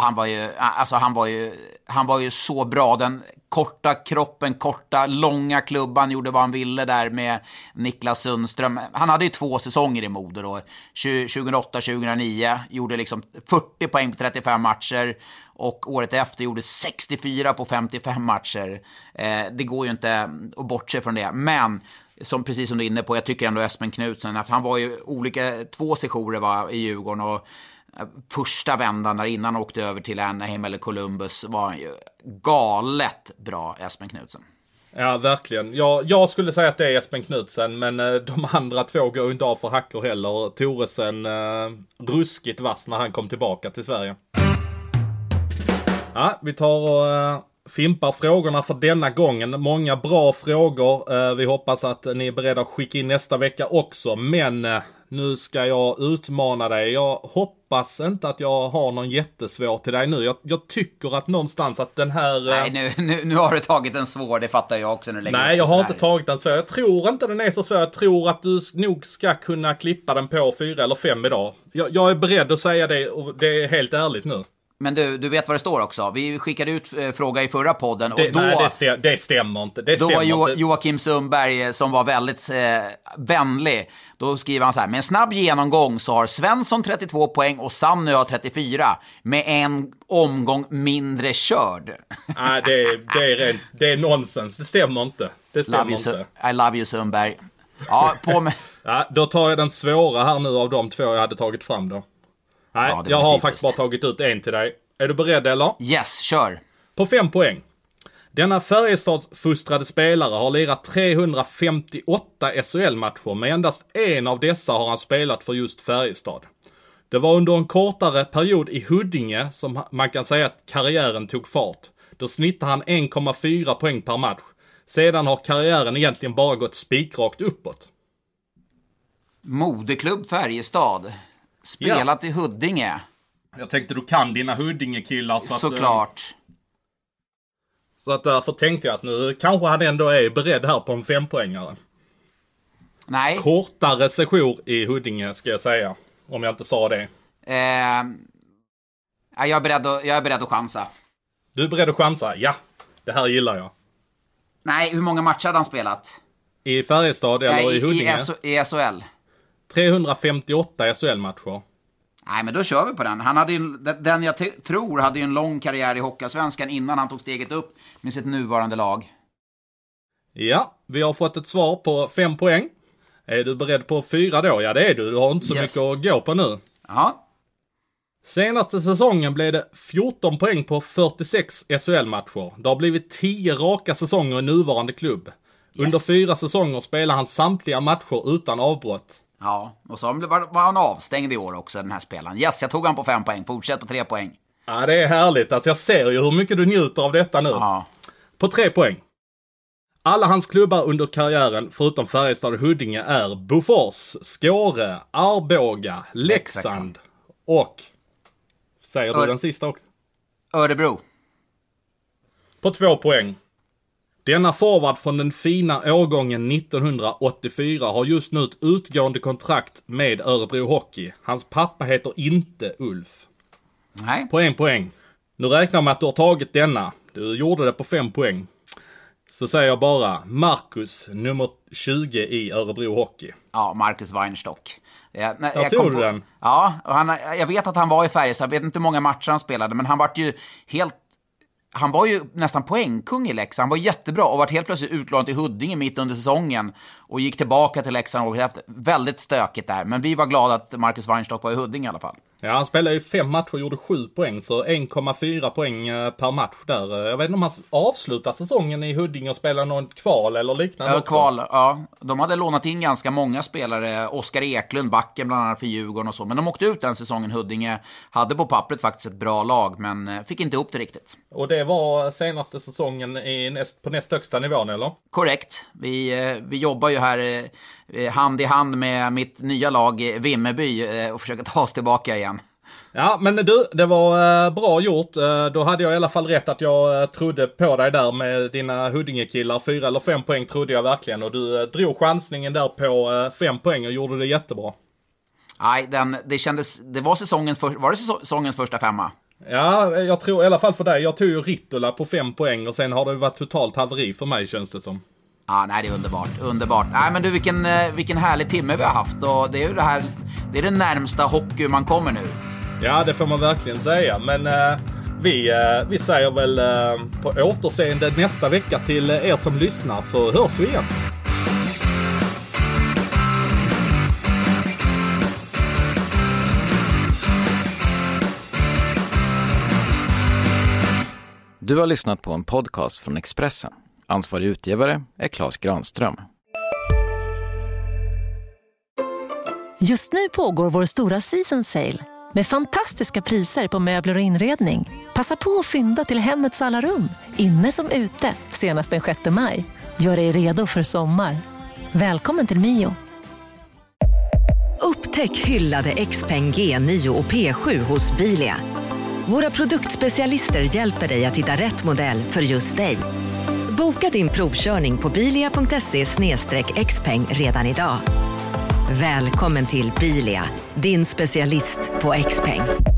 han var ju så bra. Den korta kroppen, långa klubban, gjorde vad han ville där med Niklas Sundström. Han hade ju 2 säsonger i Modo då. 2008-2009 gjorde liksom 40 poäng på 35 matcher. Och året efter gjorde 64 på 55 matcher. Det går ju inte att bortse från det. Men precis som du är inne på, jag tycker ändå Espen Knudsen, han var ju 2 sessioner i Djurgården, och första vändan där innan han åkte över till Anaheim eller Columbus var han ju galet bra, Espen Knudsen. Ja, verkligen. Jag skulle säga att det är Espen Knudsen, men de andra 2 går inte av för hackor heller. Thoresen ruskigt vass när han kom tillbaka till Sverige. Ja, vi tar och fimpar frågorna för denna gången. Många bra frågor. Vi hoppas att ni är beredda att skicka in nästa vecka också. Men nu ska jag utmana dig. Jag hoppas inte att jag har någon jättesvår till dig nu. Jag tycker att någonstans att den här... Nej, nu har du tagit en svår, det fattar jag också. Nej, jag har inte tagit en svår. Jag tror inte den är så svår. Jag tror att du nog ska kunna klippa den på 4 eller 5 idag. Jag är beredd att säga det, och det är helt ärligt nu. Men du vet vad det står också. Vi skickade ut fråga i förra podden. Och det stämmer inte. Då var Joakim Sundberg, som var väldigt vänlig. Då skriver han så här: med en snabb genomgång så har Svensson 32 poäng och Sanny har 34. Med en omgång mindre körd. Nej, det är nonsens. Det stämmer inte. Det stämmer inte. I love you, Sundberg. Ja, på med. Ja, då tar jag den svåra här nu av de 2 jag hade tagit fram då. Nej, ja, jag har faktiskt bara tagit ut en till dig. Är du beredd eller? Yes, kör. På 5 poäng. Denna Färjestadsfostrade spelare har lirat 358 SHL-matcher, men endast en av dessa har han spelat för just Färjestad. Det var under en kortare period i Huddinge som man kan säga att karriären tog fart. Då snittade han 1,4 poäng per match. Sedan har karriären egentligen bara gått spikrakt uppåt. Moderklubb Färjestad. Spelat i Huddinge. Jag tänkte du kan dina Huddinge-killar. Såklart. Så att därför tänkte jag att nu kanske han ändå är beredd här på en 5-poängare. Nej. Kortare session i Huddinge ska jag säga. Om jag inte sa det. Jag är beredd att chansa. Du är beredd att chansa? Ja, det här gillar jag. Nej, hur många matcher hade han spelat? I Färjestad eller i Huddinge? I SHL. 358 SHL-matcher. Nej, men då kör vi på den. Han hade ju, den jag tror hade ju en lång karriär i Hockeyallsvenskan innan han tog steget upp med sitt nuvarande lag. Ja, vi har fått ett svar på 5 poäng. Är du beredd på 4 då? Ja, det är du. Du har inte så mycket att gå på nu. Ja. Senaste säsongen blev det 14 poäng på 46 SHL-matcher. Det har blivit 10 raka säsonger i nuvarande klubb. Yes. Under 4 säsonger spelar han samtliga matcher utan avbrott. Ja, och så var han avstängd i år också, den här spelaren. Yes, jag tog han på 5 poäng. Fortsätt på 3 poäng. Ja, det är härligt. Alltså jag ser ju hur mycket du njuter av detta nu. Ja. På 3 poäng. Alla hans klubbar under karriären, förutom Färjestad och Huddinge, är Bofors, Skåre, Arboga, Leksand och... Säger du den sista också? Örebro. På 2 poäng. Denna forward från den fina årgången 1984 har just nu ett utgående kontrakt med Örebro Hockey. Hans pappa heter inte Ulf. Nej. På 1 poäng. Nu räknar jag med att du har tagit denna. Du gjorde det på 5 poäng. Så säger jag bara Marcus, nummer 20 i Örebro Hockey. Ja, Marcus Weinstock. Jag tror du den? Ja, och jag vet att han var i Färjestad. Jag vet inte hur många matcher han spelade, men han var ju nästan poängkung i Leksand. Han var jättebra och var helt plötsligt utlånad till Huddinge mitt under säsongen och gick tillbaka till Leksand och haft väldigt stökigt där. Men vi var glada att Marcus Weinstock var i Huddinge i alla fall. Ja, han spelade ju 5 matcher och gjorde 7 poäng, så 1,4 poäng per match där. Jag vet inte om han avslutar säsongen i Huddinge och spelar någon kval eller liknande också. Kval, ja. De hade lånat in ganska många spelare. Oskar Eklund, backen bland annat för Djurgården och så. Men de åkte ut den säsongen. Huddinge hade på pappret faktiskt ett bra lag, men fick inte ihop det riktigt. Och det var senaste säsongen på näst högsta nivån, eller? Korrekt. Vi jobbar ju här hand i hand med mitt nya lag Vimmerby och försöker ta oss tillbaka igen. Ja, men du, det var bra gjort. Då hade jag i alla fall rätt att jag trodde på dig där med dina Huddinge-killar. 4 eller 5 poäng trodde jag verkligen. Och du drog chansningen där på 5 poäng och gjorde det jättebra. Nej, det var säsongens första 5? Ja, jag tror i alla fall för dig. Jag tog ju Rittola på 5 poäng och sen har det varit totalt haveri för mig, känns det som. Ja, nej, det är underbart. Nej, men du, vilken härlig timme vi har haft. Och det är ju det är det närmsta hockey man kommer nu. Ja, det får man verkligen säga. Men vi säger väl på återseende nästa vecka till er som lyssnar, så hörs vi igen. Du har lyssnat på en podcast från Expressen. Ansvarig utgivare är Claes Granström. Just nu pågår vår stora season sale. Med fantastiska priser på möbler och inredning. Passa på att fynda till hemmets alla rum. Inne som ute, senast den 6 maj. Gör dig redo för sommar. Välkommen till Mio. Upptäck hyllade XPeng G9 och P7 hos Bilia. Våra produktspecialister hjälper dig att hitta rätt modell för just dig. Boka din provkörning på bilia.se/xpeng redan idag. Välkommen till Bilia, din specialist på XPeng.